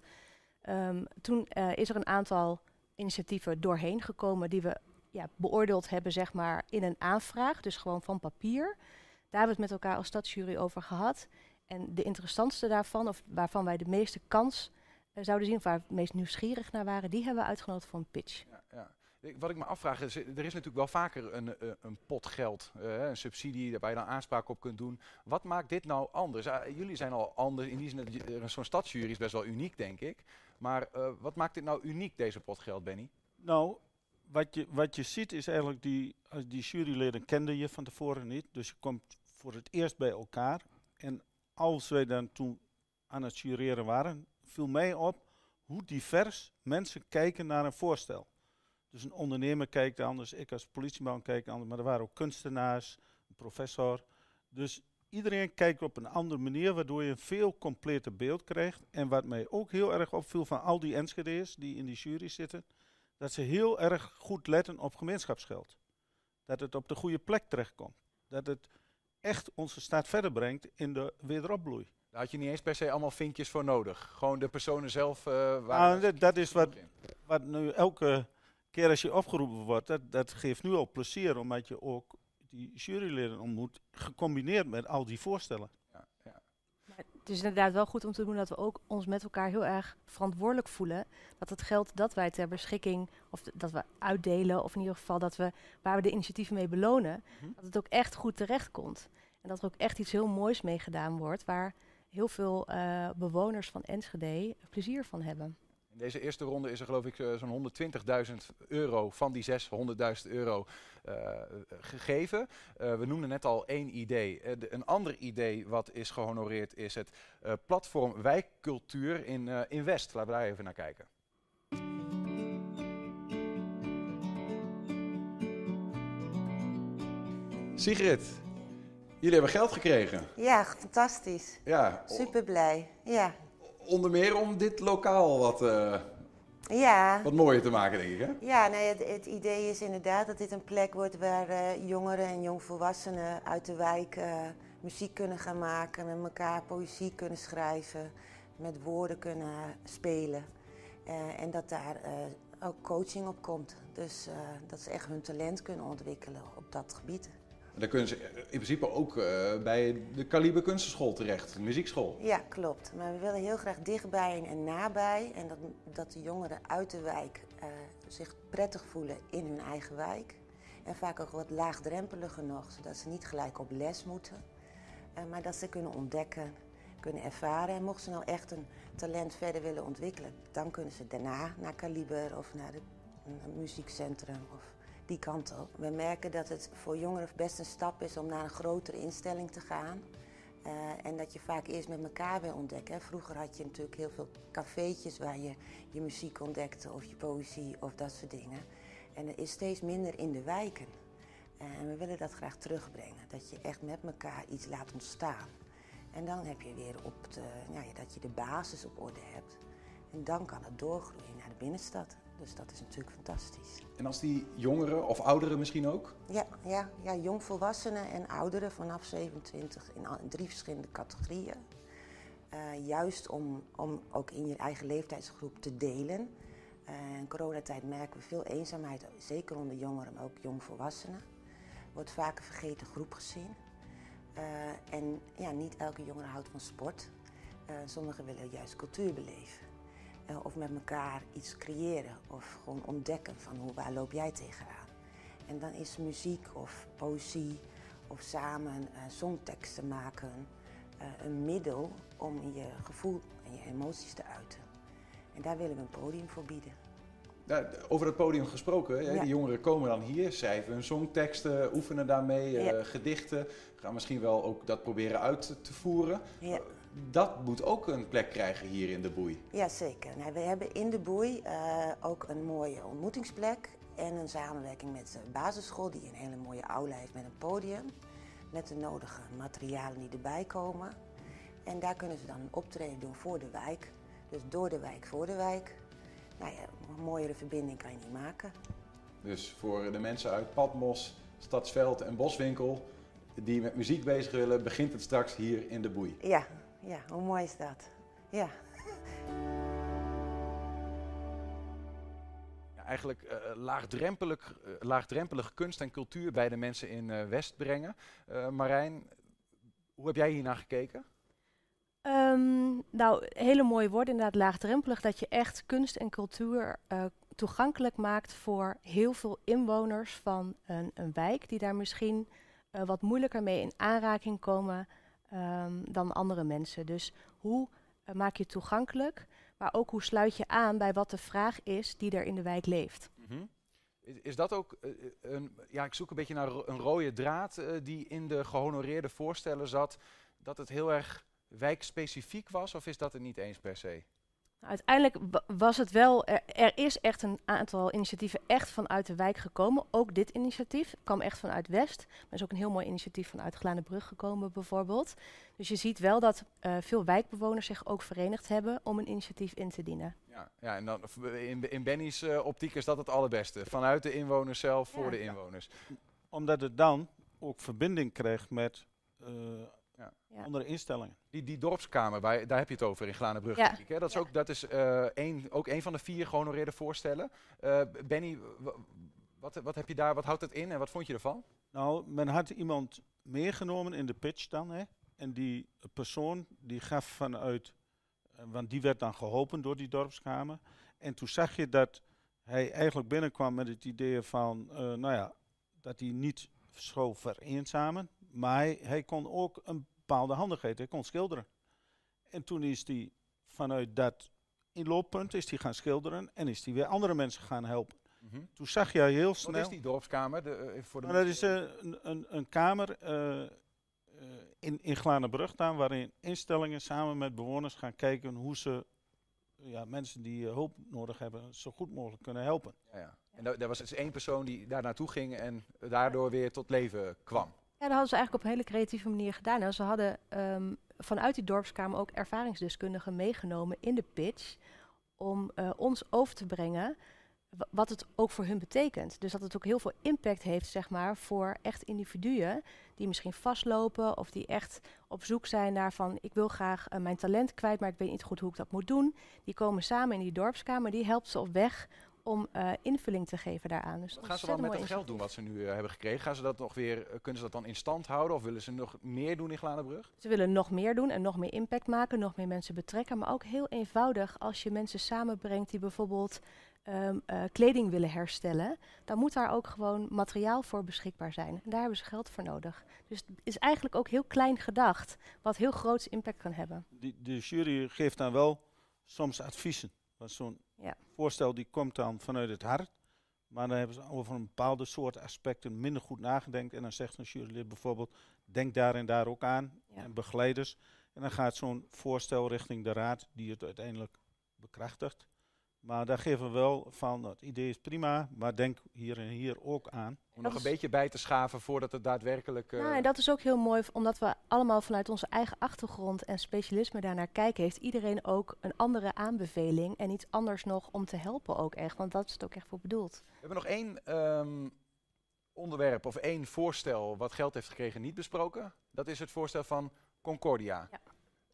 Um, toen uh, is er een aantal initiatieven doorheen gekomen die we ja, beoordeeld hebben, zeg maar, in een aanvraag. Dus gewoon van papier. Daar hebben we het met elkaar als stadsjury over gehad. En de interessantste daarvan, of waarvan wij de meeste kans uh, zouden zien, of waar we het meest nieuwsgierig naar waren, die hebben we uitgenodigd voor een pitch. Ja, ja. Wat ik me afvraag is, er is natuurlijk wel vaker een, uh, een pot geld, uh, een subsidie waar je dan aanspraak op kunt doen. Wat maakt dit nou anders? Uh, jullie zijn al anders, in die zin, uh, zo'n stadsjury is best wel uniek, denk ik. Maar uh, wat maakt dit nou uniek, deze pot geld, Benny? Nou, wat je, wat je ziet is eigenlijk, die, die juryleden kenden je van tevoren niet. Dus je komt voor het eerst bij elkaar. En als wij dan toen aan het jureren waren, viel mij op hoe divers mensen kijken naar een voorstel. Dus een ondernemer kijkt anders, ik als politieman kijk anders, maar er waren ook kunstenaars, een professor. Dus iedereen kijkt op een andere manier, waardoor je een veel completer beeld krijgt. En wat mij ook heel erg opviel van al die Enschede's die in die jury zitten, dat ze heel erg goed letten op gemeenschapsgeld. Dat het op de goede plek terechtkomt. Dat het echt onze stad verder brengt in de wederopbloei. Daar had je niet eens per se allemaal vinkjes voor nodig. Gewoon de personen zelf. Uh, waar ah, dat, dat is wat, wat nu elke keer als je opgeroepen wordt, dat, dat geeft nu al plezier, omdat je ook die juryleden ontmoet, gecombineerd met al die voorstellen. Ja, ja. Maar het is inderdaad wel goed om te doen dat we ook ons met elkaar heel erg verantwoordelijk voelen. Dat het geld dat wij ter beschikking, of d- dat we uitdelen, of in ieder geval dat we, waar we de initiatieven mee belonen, hm. dat het ook echt goed terecht komt. En dat er ook echt iets heel moois mee gedaan wordt, waar heel veel uh, bewoners van Enschede plezier van hebben. In deze eerste ronde is er geloof ik uh, zo'n honderdtwintigduizend euro van die zeshonderdduizend euro uh, gegeven. Uh, we noemden net al één idee. Uh, de, een ander idee wat is gehonoreerd is het uh, platform Wijkcultuur in, uh, in West. Laten we daar even naar kijken. Sigrid, jullie hebben geld gekregen. Ja, fantastisch. Ja. Super blij. Ja. Onder meer om dit lokaal wat, uh, ja. wat mooier te maken, denk ik, hè? Ja, nee, het, het idee is inderdaad dat dit een plek wordt waar uh, jongeren en jongvolwassenen uit de wijk uh, muziek kunnen gaan maken, met elkaar poëzie kunnen schrijven, met woorden kunnen spelen. Uh, en dat daar uh, ook coaching op komt. Dus uh, dat ze echt hun talent kunnen ontwikkelen op dat gebied. Dan kunnen ze in principe ook uh, bij de Kaliber Kunstenschool terecht, de muziekschool. Ja, klopt. Maar we willen heel graag dichtbij en nabij. En dat, dat de jongeren uit de wijk uh, zich prettig voelen in hun eigen wijk. En vaak ook wat laagdrempeliger nog, zodat ze niet gelijk op les moeten. Uh, maar dat ze kunnen ontdekken, kunnen ervaren. En mochten ze nou echt een talent verder willen ontwikkelen, dan kunnen ze daarna naar Kaliber of naar het muziekcentrum of die kant op. We merken dat het voor jongeren best een stap is om naar een grotere instelling te gaan. Uh, en dat je vaak eerst met elkaar wil ontdekken. Vroeger had je natuurlijk heel veel cafeetjes waar je je muziek ontdekte of je poëzie of dat soort dingen. En er is steeds minder in de wijken. Uh, en we willen dat graag terugbrengen. Dat je echt met elkaar iets laat ontstaan. En dan heb je weer op de, ja, dat je de basis op orde hebt. En dan kan het doorgroeien naar de binnenstad. Dus dat is natuurlijk fantastisch. En als die jongeren of ouderen misschien ook? Ja, ja, ja, jongvolwassenen en ouderen vanaf zevenentwintig in, al, in drie verschillende categorieën. Uh, juist om, om ook in je eigen leeftijdsgroep te delen. Uh, in coronatijd merken we veel eenzaamheid, zeker onder jongeren, maar ook jongvolwassenen. Wordt vaak een vergeten groep gezien. Uh, en ja, niet elke jongere houdt van sport. Uh, sommigen willen juist cultuur beleven. Uh, of met elkaar iets creëren of gewoon ontdekken van hoe, waar loop jij tegenaan. En dan is muziek of poëzie of samen uh, songteksten maken uh, een middel om je gevoel en je emoties te uiten. En daar willen we een podium voor bieden. Ja, over het podium gesproken, ja. hè? De jongeren komen dan hier, schrijven hun songteksten, oefenen daarmee, ja. uh, gedichten. Gaan misschien wel ook dat proberen uit te voeren. Ja. Dat moet ook een plek krijgen hier in de Boei. Jazeker. Nou, we hebben in de Boei uh, ook een mooie ontmoetingsplek en een samenwerking met de basisschool die een hele mooie aula heeft met een podium. Met de nodige materialen die erbij komen. En daar kunnen ze dan een optreden doen voor de wijk. Dus door de wijk, voor de wijk. Nou ja, een mooiere verbinding kan je niet maken. Dus voor de mensen uit Patmos, Stadsveld en Boswinkel die met muziek bezig willen, begint het straks hier in de Boei. Ja, ja, hoe mooi is dat? Ja. Ja, eigenlijk uh, laagdrempelig, uh, laagdrempelige kunst en cultuur bij de mensen in uh, West brengen. Uh, Marijn, hoe heb jij hier naar gekeken? Um, nou, hele mooie woorden, inderdaad laagdrempelig, dat je echt kunst en cultuur uh, toegankelijk maakt voor heel veel inwoners van een, een wijk die daar misschien uh, wat moeilijker mee in aanraking komen um, dan andere mensen. Dus hoe uh, maak je het toegankelijk, maar ook hoe sluit je aan bij wat de vraag is die er in de wijk leeft. Mm-hmm. Is, is dat ook, uh, een, ja, ik zoek een beetje naar een rode draad uh, die in de gehonoreerde voorstellen zat, dat het heel erg wijkspecifiek was, of is dat er niet eens per se? Uiteindelijk was het wel, er, er is echt een aantal initiatieven echt vanuit de wijk gekomen. Ook dit initiatief kwam echt vanuit West. Maar er is ook een heel mooi initiatief vanuit Glanenbrug gekomen bijvoorbeeld. Dus je ziet wel dat uh, veel wijkbewoners zich ook verenigd hebben om een initiatief in te dienen. Ja, ja en dan in, in Benny's uh, optiek is dat het allerbeste. Vanuit de inwoners zelf, voor ja. de inwoners. Ja. Omdat het dan ook verbinding krijgt met Uh, Ja. Ja. andere instellingen. Die, die dorpskamer, waar, daar heb je het over in Glanenbrug. Ja. Denk ik, hè? Dat is, ook, dat is uh, een, ook een van de vier gehonoreerde voorstellen. Uh, Benny, w- wat, wat, heb je daar, wat houdt het in en wat vond je ervan? Nou, men had iemand meegenomen in de pitch dan. Hè? En die persoon die gaf vanuit, uh, want die werd dan geholpen door die dorpskamer. En toen zag je dat hij eigenlijk binnenkwam met het idee van, uh, nou ja, dat hij niet zo vereenzamen. Maar hij, hij kon ook een bepaalde handigheid, hij kon schilderen. En toen is hij vanuit dat inlooppunt is hij gaan schilderen en is hij weer andere mensen gaan helpen. Mm-hmm. Toen zag je heel snel... Wat is die dorpskamer? De, uh, voor de nou, dat is uh, een, een, een kamer uh, uh, in, in Glanenbrug dan, waarin instellingen samen met bewoners gaan kijken hoe ze ja, mensen die uh, hulp nodig hebben zo goed mogelijk kunnen helpen. Ja, ja. En da- daar was dus één persoon die daar naartoe ging en daardoor weer tot leven kwam. Ja, dat hadden ze eigenlijk op een hele creatieve manier gedaan. Nou, ze hadden um, vanuit die dorpskamer ook ervaringsdeskundigen meegenomen in de pitch om uh, ons over te brengen w- wat het ook voor hun betekent. Dus dat het ook heel veel impact heeft, zeg maar, voor echt individuen die misschien vastlopen of die echt op zoek zijn naar van ik wil graag uh, mijn talent kwijt, maar ik weet niet goed hoe ik dat moet doen. Die komen samen in die dorpskamer, die helpt ze op weg om uh, invulling te geven daaraan. Dus Wat gaan ze dan met dat geld doen wat ze nu uh, hebben gekregen? Gaan ze dat nog weer, uh, kunnen ze dat dan in stand houden of willen ze nog meer doen in Glanenbrug? Ze willen nog meer doen en nog meer impact maken, nog meer mensen betrekken. Maar ook heel eenvoudig, als je mensen samenbrengt die bijvoorbeeld um, uh, kleding willen herstellen, dan moet daar ook gewoon materiaal voor beschikbaar zijn. En daar hebben ze geld voor nodig. Dus het is eigenlijk ook heel klein gedacht, wat heel groots impact kan hebben. Die, de jury geeft dan wel soms adviezen. Want zo'n ja. voorstel die komt dan vanuit het hart. Maar dan hebben ze over een bepaalde soort aspecten minder goed nagedacht. En dan zegt een jurylid bijvoorbeeld, denk daar en daar ook aan. Ja. En begeleiders. En dan gaat zo'n voorstel richting de raad die het uiteindelijk bekrachtigt. Maar daar geven we wel van, het idee is prima, maar denk hier en hier ook aan. Om nog een beetje bij te schaven voordat het daadwerkelijk... Uh... Nou, en dat is ook heel mooi, omdat we allemaal vanuit onze eigen achtergrond en specialisme daarnaar kijken, heeft iedereen ook een andere aanbeveling en iets anders nog om te helpen ook echt, want dat is het ook echt voor bedoeld. We hebben nog één um, onderwerp of één voorstel wat geld heeft gekregen niet besproken. Dat is het voorstel van Concordia. Ja.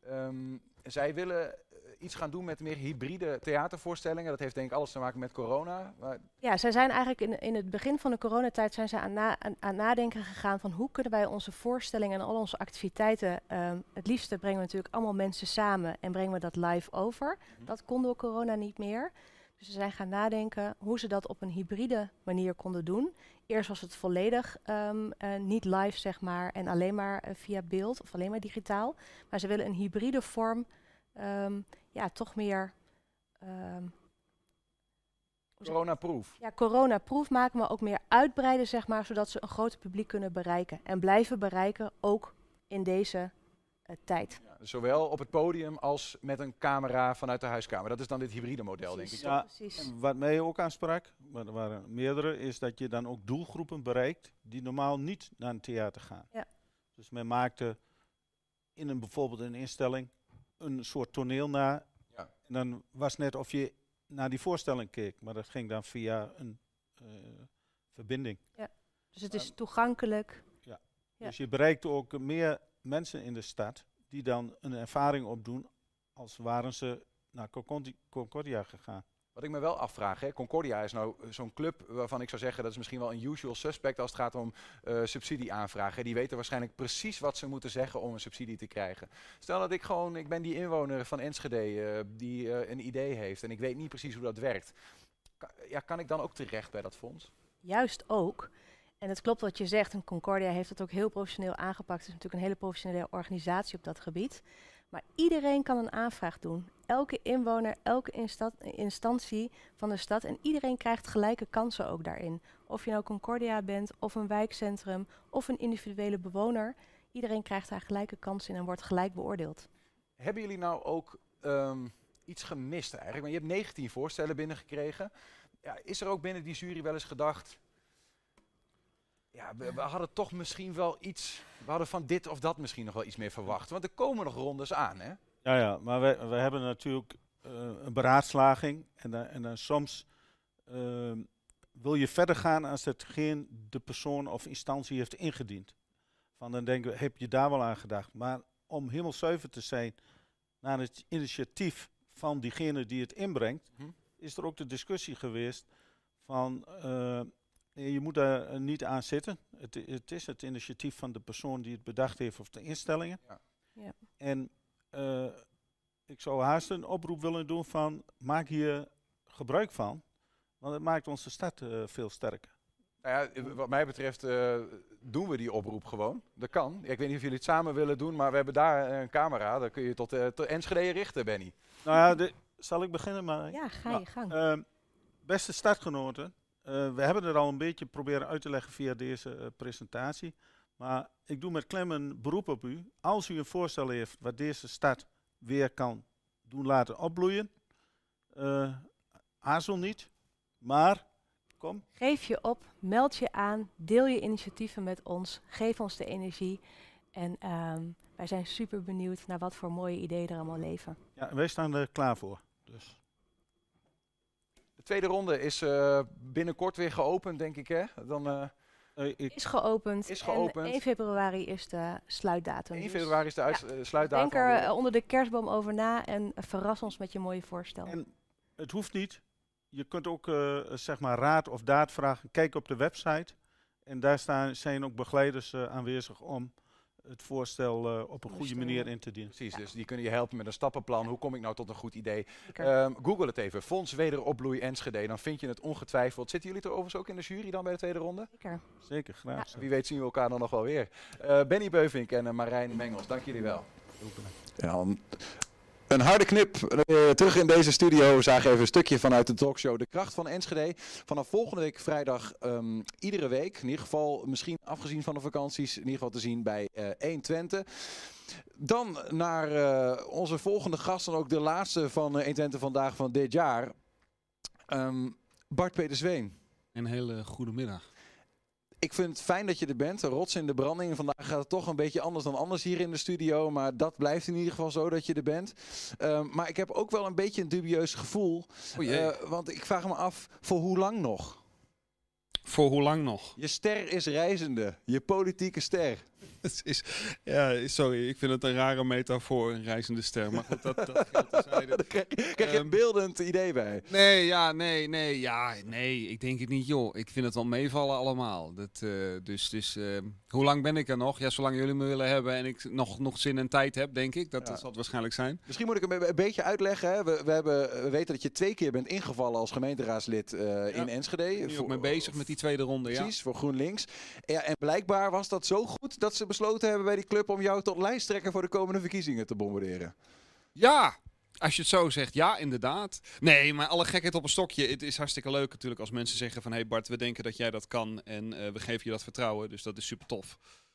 Um, zij willen iets gaan doen met meer hybride theatervoorstellingen. Dat heeft denk ik alles te maken met corona. Maar ja, zij zijn eigenlijk in, in het begin van de coronatijd zijn ze aan, na, aan, aan nadenken gegaan van hoe kunnen wij onze voorstellingen en al onze activiteiten, um, het liefste brengen we natuurlijk allemaal mensen samen en brengen we dat live over. Mm-hmm. Dat kon door corona niet meer. Dus ze zijn gaan nadenken hoe ze dat op een hybride manier konden doen. Eerst was het volledig um, uh, niet live, zeg maar, en alleen maar uh, via beeld of alleen maar digitaal. Maar ze willen een hybride vorm, um, ja, toch meer... Um, Corona-proof. Ja, corona-proof maken, maar ook meer uitbreiden, zeg maar, zodat ze een groter publiek kunnen bereiken. En blijven bereiken, ook in deze uh, tijd. Ja, zowel op het podium als met een camera vanuit de huiskamer. Dat is dan dit hybride model, precies, denk ik. Ja, precies. En wat mij ook aansprak, maar er waren meerdere, is dat je dan ook doelgroepen bereikt die normaal niet naar een theater gaan. Ja. Dus men maakte in een bijvoorbeeld een instelling een soort toneel na. Ja. En dan was net of je naar die voorstelling keek, maar dat ging dan via een uh, verbinding. Ja. Dus het is uh, toegankelijk. Ja. Ja. Dus je bereikt ook meer mensen in de stad die dan een ervaring opdoen als waren ze naar Concordia gegaan. Wat ik me wel afvraag, hè, Concordia is nou zo'n club waarvan ik zou zeggen dat is misschien wel een usual suspect als het gaat om uh, subsidieaanvragen. Die weten waarschijnlijk precies wat ze moeten zeggen om een subsidie te krijgen. Stel dat ik gewoon, ik ben die inwoner van Enschede uh, die uh, een idee heeft en ik weet niet precies hoe dat werkt. Ka- ja, kan ik dan ook terecht bij dat fonds? Juist ook. En het klopt wat je zegt, en Concordia heeft het ook heel professioneel aangepakt. Het is natuurlijk een hele professionele organisatie op dat gebied. Maar iedereen kan een aanvraag doen. Elke inwoner, elke insta- instantie van de stad. En iedereen krijgt gelijke kansen ook daarin. Of je nou Concordia bent, of een wijkcentrum, of een individuele bewoner. Iedereen krijgt daar gelijke kansen in en wordt gelijk beoordeeld. Hebben jullie nou ook um, iets gemist eigenlijk? Maar je hebt negentien voorstellen binnengekregen. Ja, is er ook binnen die jury wel eens gedacht... Ja, we, we hadden toch misschien wel iets... We hadden van dit of dat misschien nog wel iets meer verwacht. Want er komen nog rondes aan, hè? Ja, ja, maar we, we hebben natuurlijk uh, een beraadslaging. En, uh, en dan soms uh, wil je verder gaan als hetgeen de persoon of instantie heeft ingediend. Van dan denken we, heb je daar wel aan gedacht? Maar om helemaal zuiver te zijn naar het initiatief van diegene die het inbrengt, hm. is er ook de discussie geweest van... Uh, je moet daar niet aan zitten. Het, het is het initiatief van de persoon die het bedacht heeft of de instellingen. Ja. Ja. En uh, ik zou haast een oproep willen doen van maak hier gebruik van. Want het maakt onze stad uh, veel sterker. Nou ja, wat mij betreft uh, doen we die oproep gewoon. Dat kan. Ik weet niet of jullie het samen willen doen, maar we hebben daar een camera. Dan kun je tot, uh, tot Enschede richten, Benny. Nou ja, de, Zal ik beginnen, maar? Ja, ga je gang. Uh, beste startgenoten, uh, we hebben het al een beetje proberen uit te leggen via deze uh, presentatie. Maar ik doe met klem een beroep op u. Als u een voorstel heeft wat deze stad weer kan doen laten opbloeien, uh, aarzel niet, maar kom. Geef je op, meld je aan, deel je initiatieven met ons, geef ons de energie. En um, wij zijn super benieuwd naar wat voor mooie ideeën er allemaal leven. Ja, en wij staan er klaar voor. Dus. De tweede ronde is uh, binnenkort weer geopend, denk ik, hè? Dan, uh, uh, ik is geopend. Is geopend. En één februari is de sluitdatum. één februari is de uit, ja. uh, sluitdatum. Denk er uh, onder de kerstboom over na en uh, verras ons met je mooie voorstel. En het hoeft niet. Je kunt ook uh, zeg maar raad of daad vragen. Kijk op de website. En daar staan, zijn ook begeleiders uh, aanwezig om het voorstel uh, op een goede manier in te dienen. Precies, ja. Dus die kunnen je helpen met een stappenplan. Hoe kom ik nou tot een goed idee? Um, Google het even. Fonds Wederopbloei Enschede. Dan vind je het ongetwijfeld. Zitten jullie er overigens ook in de jury dan bij de tweede ronde? Zeker. Zeker, graag. Ja. Wie weet zien we elkaar dan nog wel weer. Uh, Benny Beuvink en uh, Marijn Mengels, dank jullie wel. Ja, een harde knip uh, terug in deze studio. Zagen even een stukje vanuit de talkshow De Kracht van Enschede. Vanaf volgende week vrijdag um, iedere week. In ieder geval misschien afgezien van de vakanties. In ieder geval te zien bij uh, één Twente. Dan naar uh, onze volgende gast. En ook de laatste van uh, één Twente vandaag van dit jaar. Um, Bart Petersween. Een hele goede middag. Ik vind het fijn dat je er bent. Rots in de branding. Vandaag gaat het toch een beetje anders dan anders hier in de studio. Maar dat blijft in ieder geval zo dat je er bent. Uh, maar ik heb ook wel een beetje een dubieus gevoel. Oh jee. Uh, want ik vraag me af, voor hoe lang nog? Voor hoe lang nog? Je ster is reizende. Je politieke ster. Het is, ja, sorry, ik vind het een rare metafoor, een reizende ster. Maar goed, dat, dat geldt terzijde. Daar krijg, krijg je um, een beeldend idee bij. Nee, ja, nee, nee, ja, nee, ik denk het niet, joh. Ik vind het wel meevallen allemaal. Dat, uh, dus, dus uh, hoe lang ben ik er nog? Ja, zolang jullie me willen hebben en ik nog, nog zin en tijd heb, denk ik. Dat, ja. dat zal het waarschijnlijk zijn. Misschien moet ik hem een beetje uitleggen. Hè. We, we, hebben, we weten dat je twee keer bent ingevallen als gemeenteraadslid uh, ja. in Enschede. Ik ben nu ook mee bezig met die tweede ronde, ja. Precies, voor GroenLinks. Ja, en blijkbaar was dat zo goed dat ze besloten hebben bij die club om jou tot lijsttrekker voor de komende verkiezingen te bombarderen. Ja, als je het zo zegt, ja, inderdaad. Nee, maar alle gekheid op een stokje. Het is hartstikke leuk natuurlijk als mensen zeggen van... hé hey Bart, we denken dat jij dat kan en uh, we geven je dat vertrouwen. Dus dat is super tof.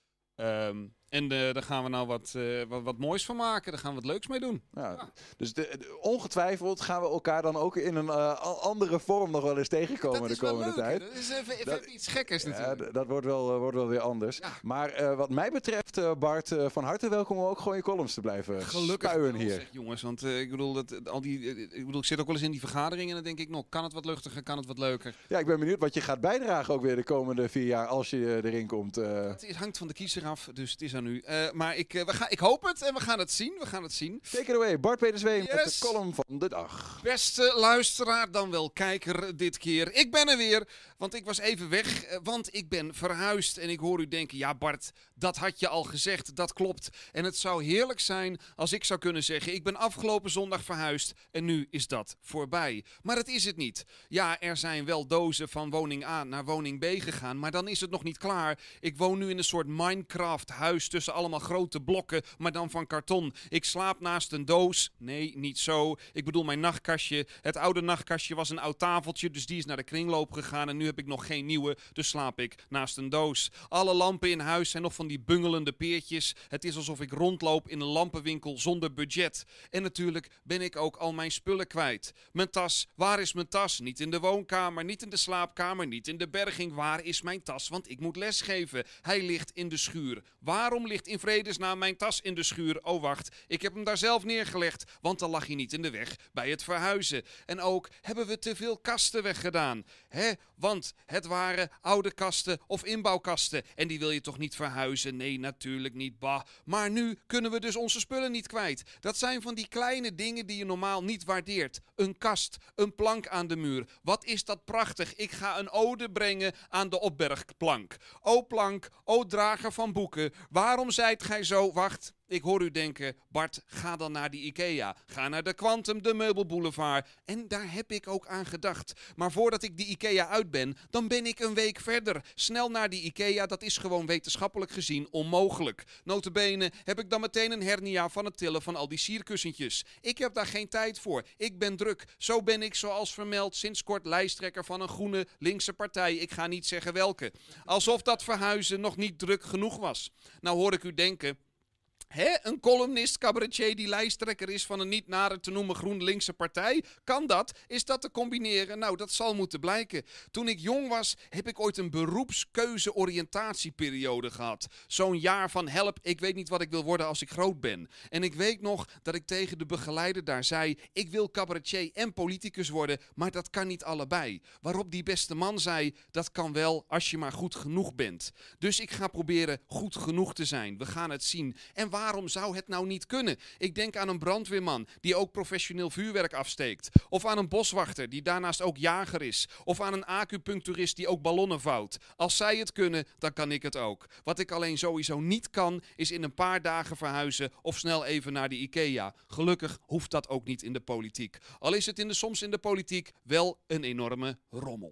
Um, en uh, daar gaan we nou wat, uh, wat, wat moois van maken. Daar gaan we wat leuks mee doen. Ja, ja. Dus de, de, ongetwijfeld gaan we elkaar dan ook in een uh, andere vorm nog wel eens tegenkomen de komende tijd. Dat is even, even dat, iets gekkers ja, natuurlijk. Dat wordt wel, uh, wordt wel weer anders. Ja. Maar uh, wat mij betreft, uh, Bart, uh, van harte welkom om ook gewoon je columns te blijven Gelukkig spuien wel, hier. Zeg, jongens, want uh, ik bedoel, dat, al die, uh, ik bedoel, ik zit ook wel eens in die vergaderingen en dan denk ik nog, kan het wat luchtiger, kan het wat leuker? Ja, ik ben benieuwd wat je gaat bijdragen ook weer de komende vier jaar als je uh, erin komt. Uh. Het is, hangt van de kiezer af, dus het is aan u. Uh, maar ik, uh, we gaan, ik hoop het en we gaan het zien. We gaan het zien. Take it away, Bart Petersween yes. met de column van de dag. Beste luisteraar, dan wel kijker dit keer. Ik ben er weer, want ik was even weg, uh, want ik ben verhuisd. En ik hoor u denken, ja Bart, dat had je al gezegd, dat klopt. En het zou heerlijk zijn als ik zou kunnen zeggen, ik ben afgelopen zondag verhuisd en nu is dat voorbij. Maar dat is het niet. Ja, er zijn wel dozen van woning A naar woning B gegaan, maar dan is het nog niet klaar. Ik woon nu in een soort Minecraft-huis tussen allemaal grote blokken, maar dan van karton. Ik slaap naast een doos. Nee, niet zo. Ik bedoel mijn nachtkastje. Het oude nachtkastje was een oud tafeltje, dus die is naar de kringloop gegaan en nu heb ik nog geen nieuwe, dus slaap ik naast een doos. Alle lampen in huis zijn nog van die bungelende peertjes. Het is alsof ik rondloop in een lampenwinkel zonder budget. En natuurlijk ben ik ook al mijn spullen kwijt. Mijn tas, waar is mijn tas? Niet in de woonkamer, niet in de slaapkamer, niet in de berging. Waar is mijn tas? Want ik moet lesgeven. Hij ligt in de schuur. Waarom ligt in vredesnaam mijn tas in de schuur? Oh wacht, ik heb hem daar zelf neergelegd, want dan lag hij niet in de weg bij het verhuizen. En ook hebben we te veel kasten weggedaan. Hè? Want het waren oude kasten of inbouwkasten. En die wil je toch niet verhuizen? Nee, natuurlijk niet. Bah. Maar nu kunnen we dus onze spullen niet kwijt. Dat zijn van die kleine dingen die je normaal niet waardeert. Een kast, een plank aan de muur. Wat is dat prachtig. Ik ga een ode brengen aan de opbergplank. O plank, o drager van boeken, waarom zijt gij zo... Wacht, Ik hoor u denken, Bart, ga dan naar die IKEA. Ga naar de Quantum, de Meubelboulevard. En daar heb ik ook aan gedacht. Maar voordat ik die IKEA uit ben, dan ben ik een week verder. Snel naar die IKEA, dat is gewoon wetenschappelijk gezien onmogelijk. Nota bene heb ik dan meteen een hernia van het tillen van al die sierkussentjes. Ik heb daar geen tijd voor. Ik ben druk. Zo ben ik, zoals vermeld, sinds kort lijsttrekker van een groene linkse partij. Ik ga niet zeggen welke. Alsof dat verhuizen nog niet druk genoeg was. Nou hoor ik u denken... Hè, een columnist, cabaretier die lijsttrekker is van een niet nader te noemen GroenLinkse partij? Kan dat? Is dat te combineren? Nou, dat zal moeten blijken. Toen ik jong was, heb ik ooit een beroepskeuze-oriëntatieperiode gehad. Zo'n jaar van help, ik weet niet wat ik wil worden als ik groot ben. En ik weet nog dat ik tegen de begeleider daar zei... ik wil cabaretier en politicus worden, maar dat kan niet allebei. Waarop die beste man zei, dat kan wel als je maar goed genoeg bent. Dus ik ga proberen goed genoeg te zijn. We gaan het zien. En waarom zou het nou niet kunnen? Ik denk aan een brandweerman die ook professioneel vuurwerk afsteekt. Of aan een boswachter die daarnaast ook jager is. Of aan een acupuncturist die ook ballonnen vouwt. Als zij het kunnen, dan kan ik het ook. Wat ik alleen sowieso niet kan, is in een paar dagen verhuizen of snel even naar de IKEA. Gelukkig hoeft dat ook niet in de politiek. Al is het in de, soms in de politiek wel een enorme rommel.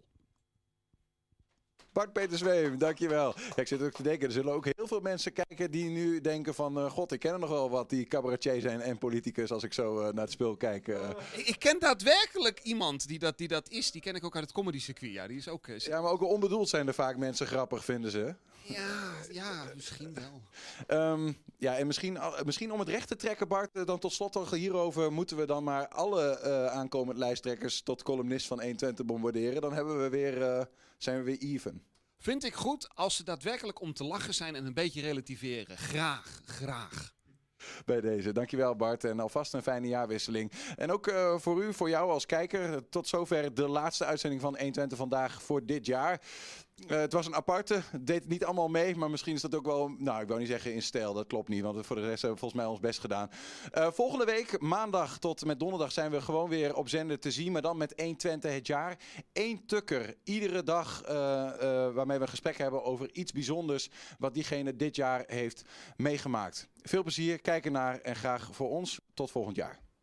Bart-Peter Zweem, dankjewel. Ja, ik zit ook te denken, er zullen ook heel veel mensen kijken die nu denken van... Uh, god, ik ken er nog wel wat die cabaretier zijn en politicus als ik zo uh, naar het spul kijk. Uh. Ik, ik ken daadwerkelijk iemand die dat, die dat is. Die ken ik ook uit het comedycircuit. Ja, die is ook... Uh, ja, maar ook onbedoeld zijn er vaak mensen grappig, vinden ze. Ja, ja, misschien wel. Um, ja, en misschien, misschien om het recht te trekken, Bart, dan tot slot hierover moeten we dan maar alle uh, aankomende lijsttrekkers tot columnist van honderdtwintig bombarderen. Dan hebben we weer, uh, zijn we weer even. Vind ik goed als ze daadwerkelijk om te lachen zijn en een beetje relativeren. Graag, graag. Bij deze. Dankjewel Bart en alvast een fijne jaarwisseling. En ook uh, voor u, voor jou als kijker, tot zover de laatste uitzending van honderdtwintig vandaag voor dit jaar. Uh, het was een aparte, het deed niet allemaal mee, maar misschien is dat ook wel, nou ik wou niet zeggen in stijl, dat klopt niet, want voor de rest hebben we volgens mij ons best gedaan. Uh, volgende week, maandag tot en met donderdag, zijn we gewoon weer op zender te zien, maar dan met honderdtwintig het jaar. Eén tukker, iedere dag uh, uh, waarmee we een gesprek hebben over iets bijzonders wat diegene dit jaar heeft meegemaakt. Veel plezier, kijk ernaar en graag voor ons tot volgend jaar.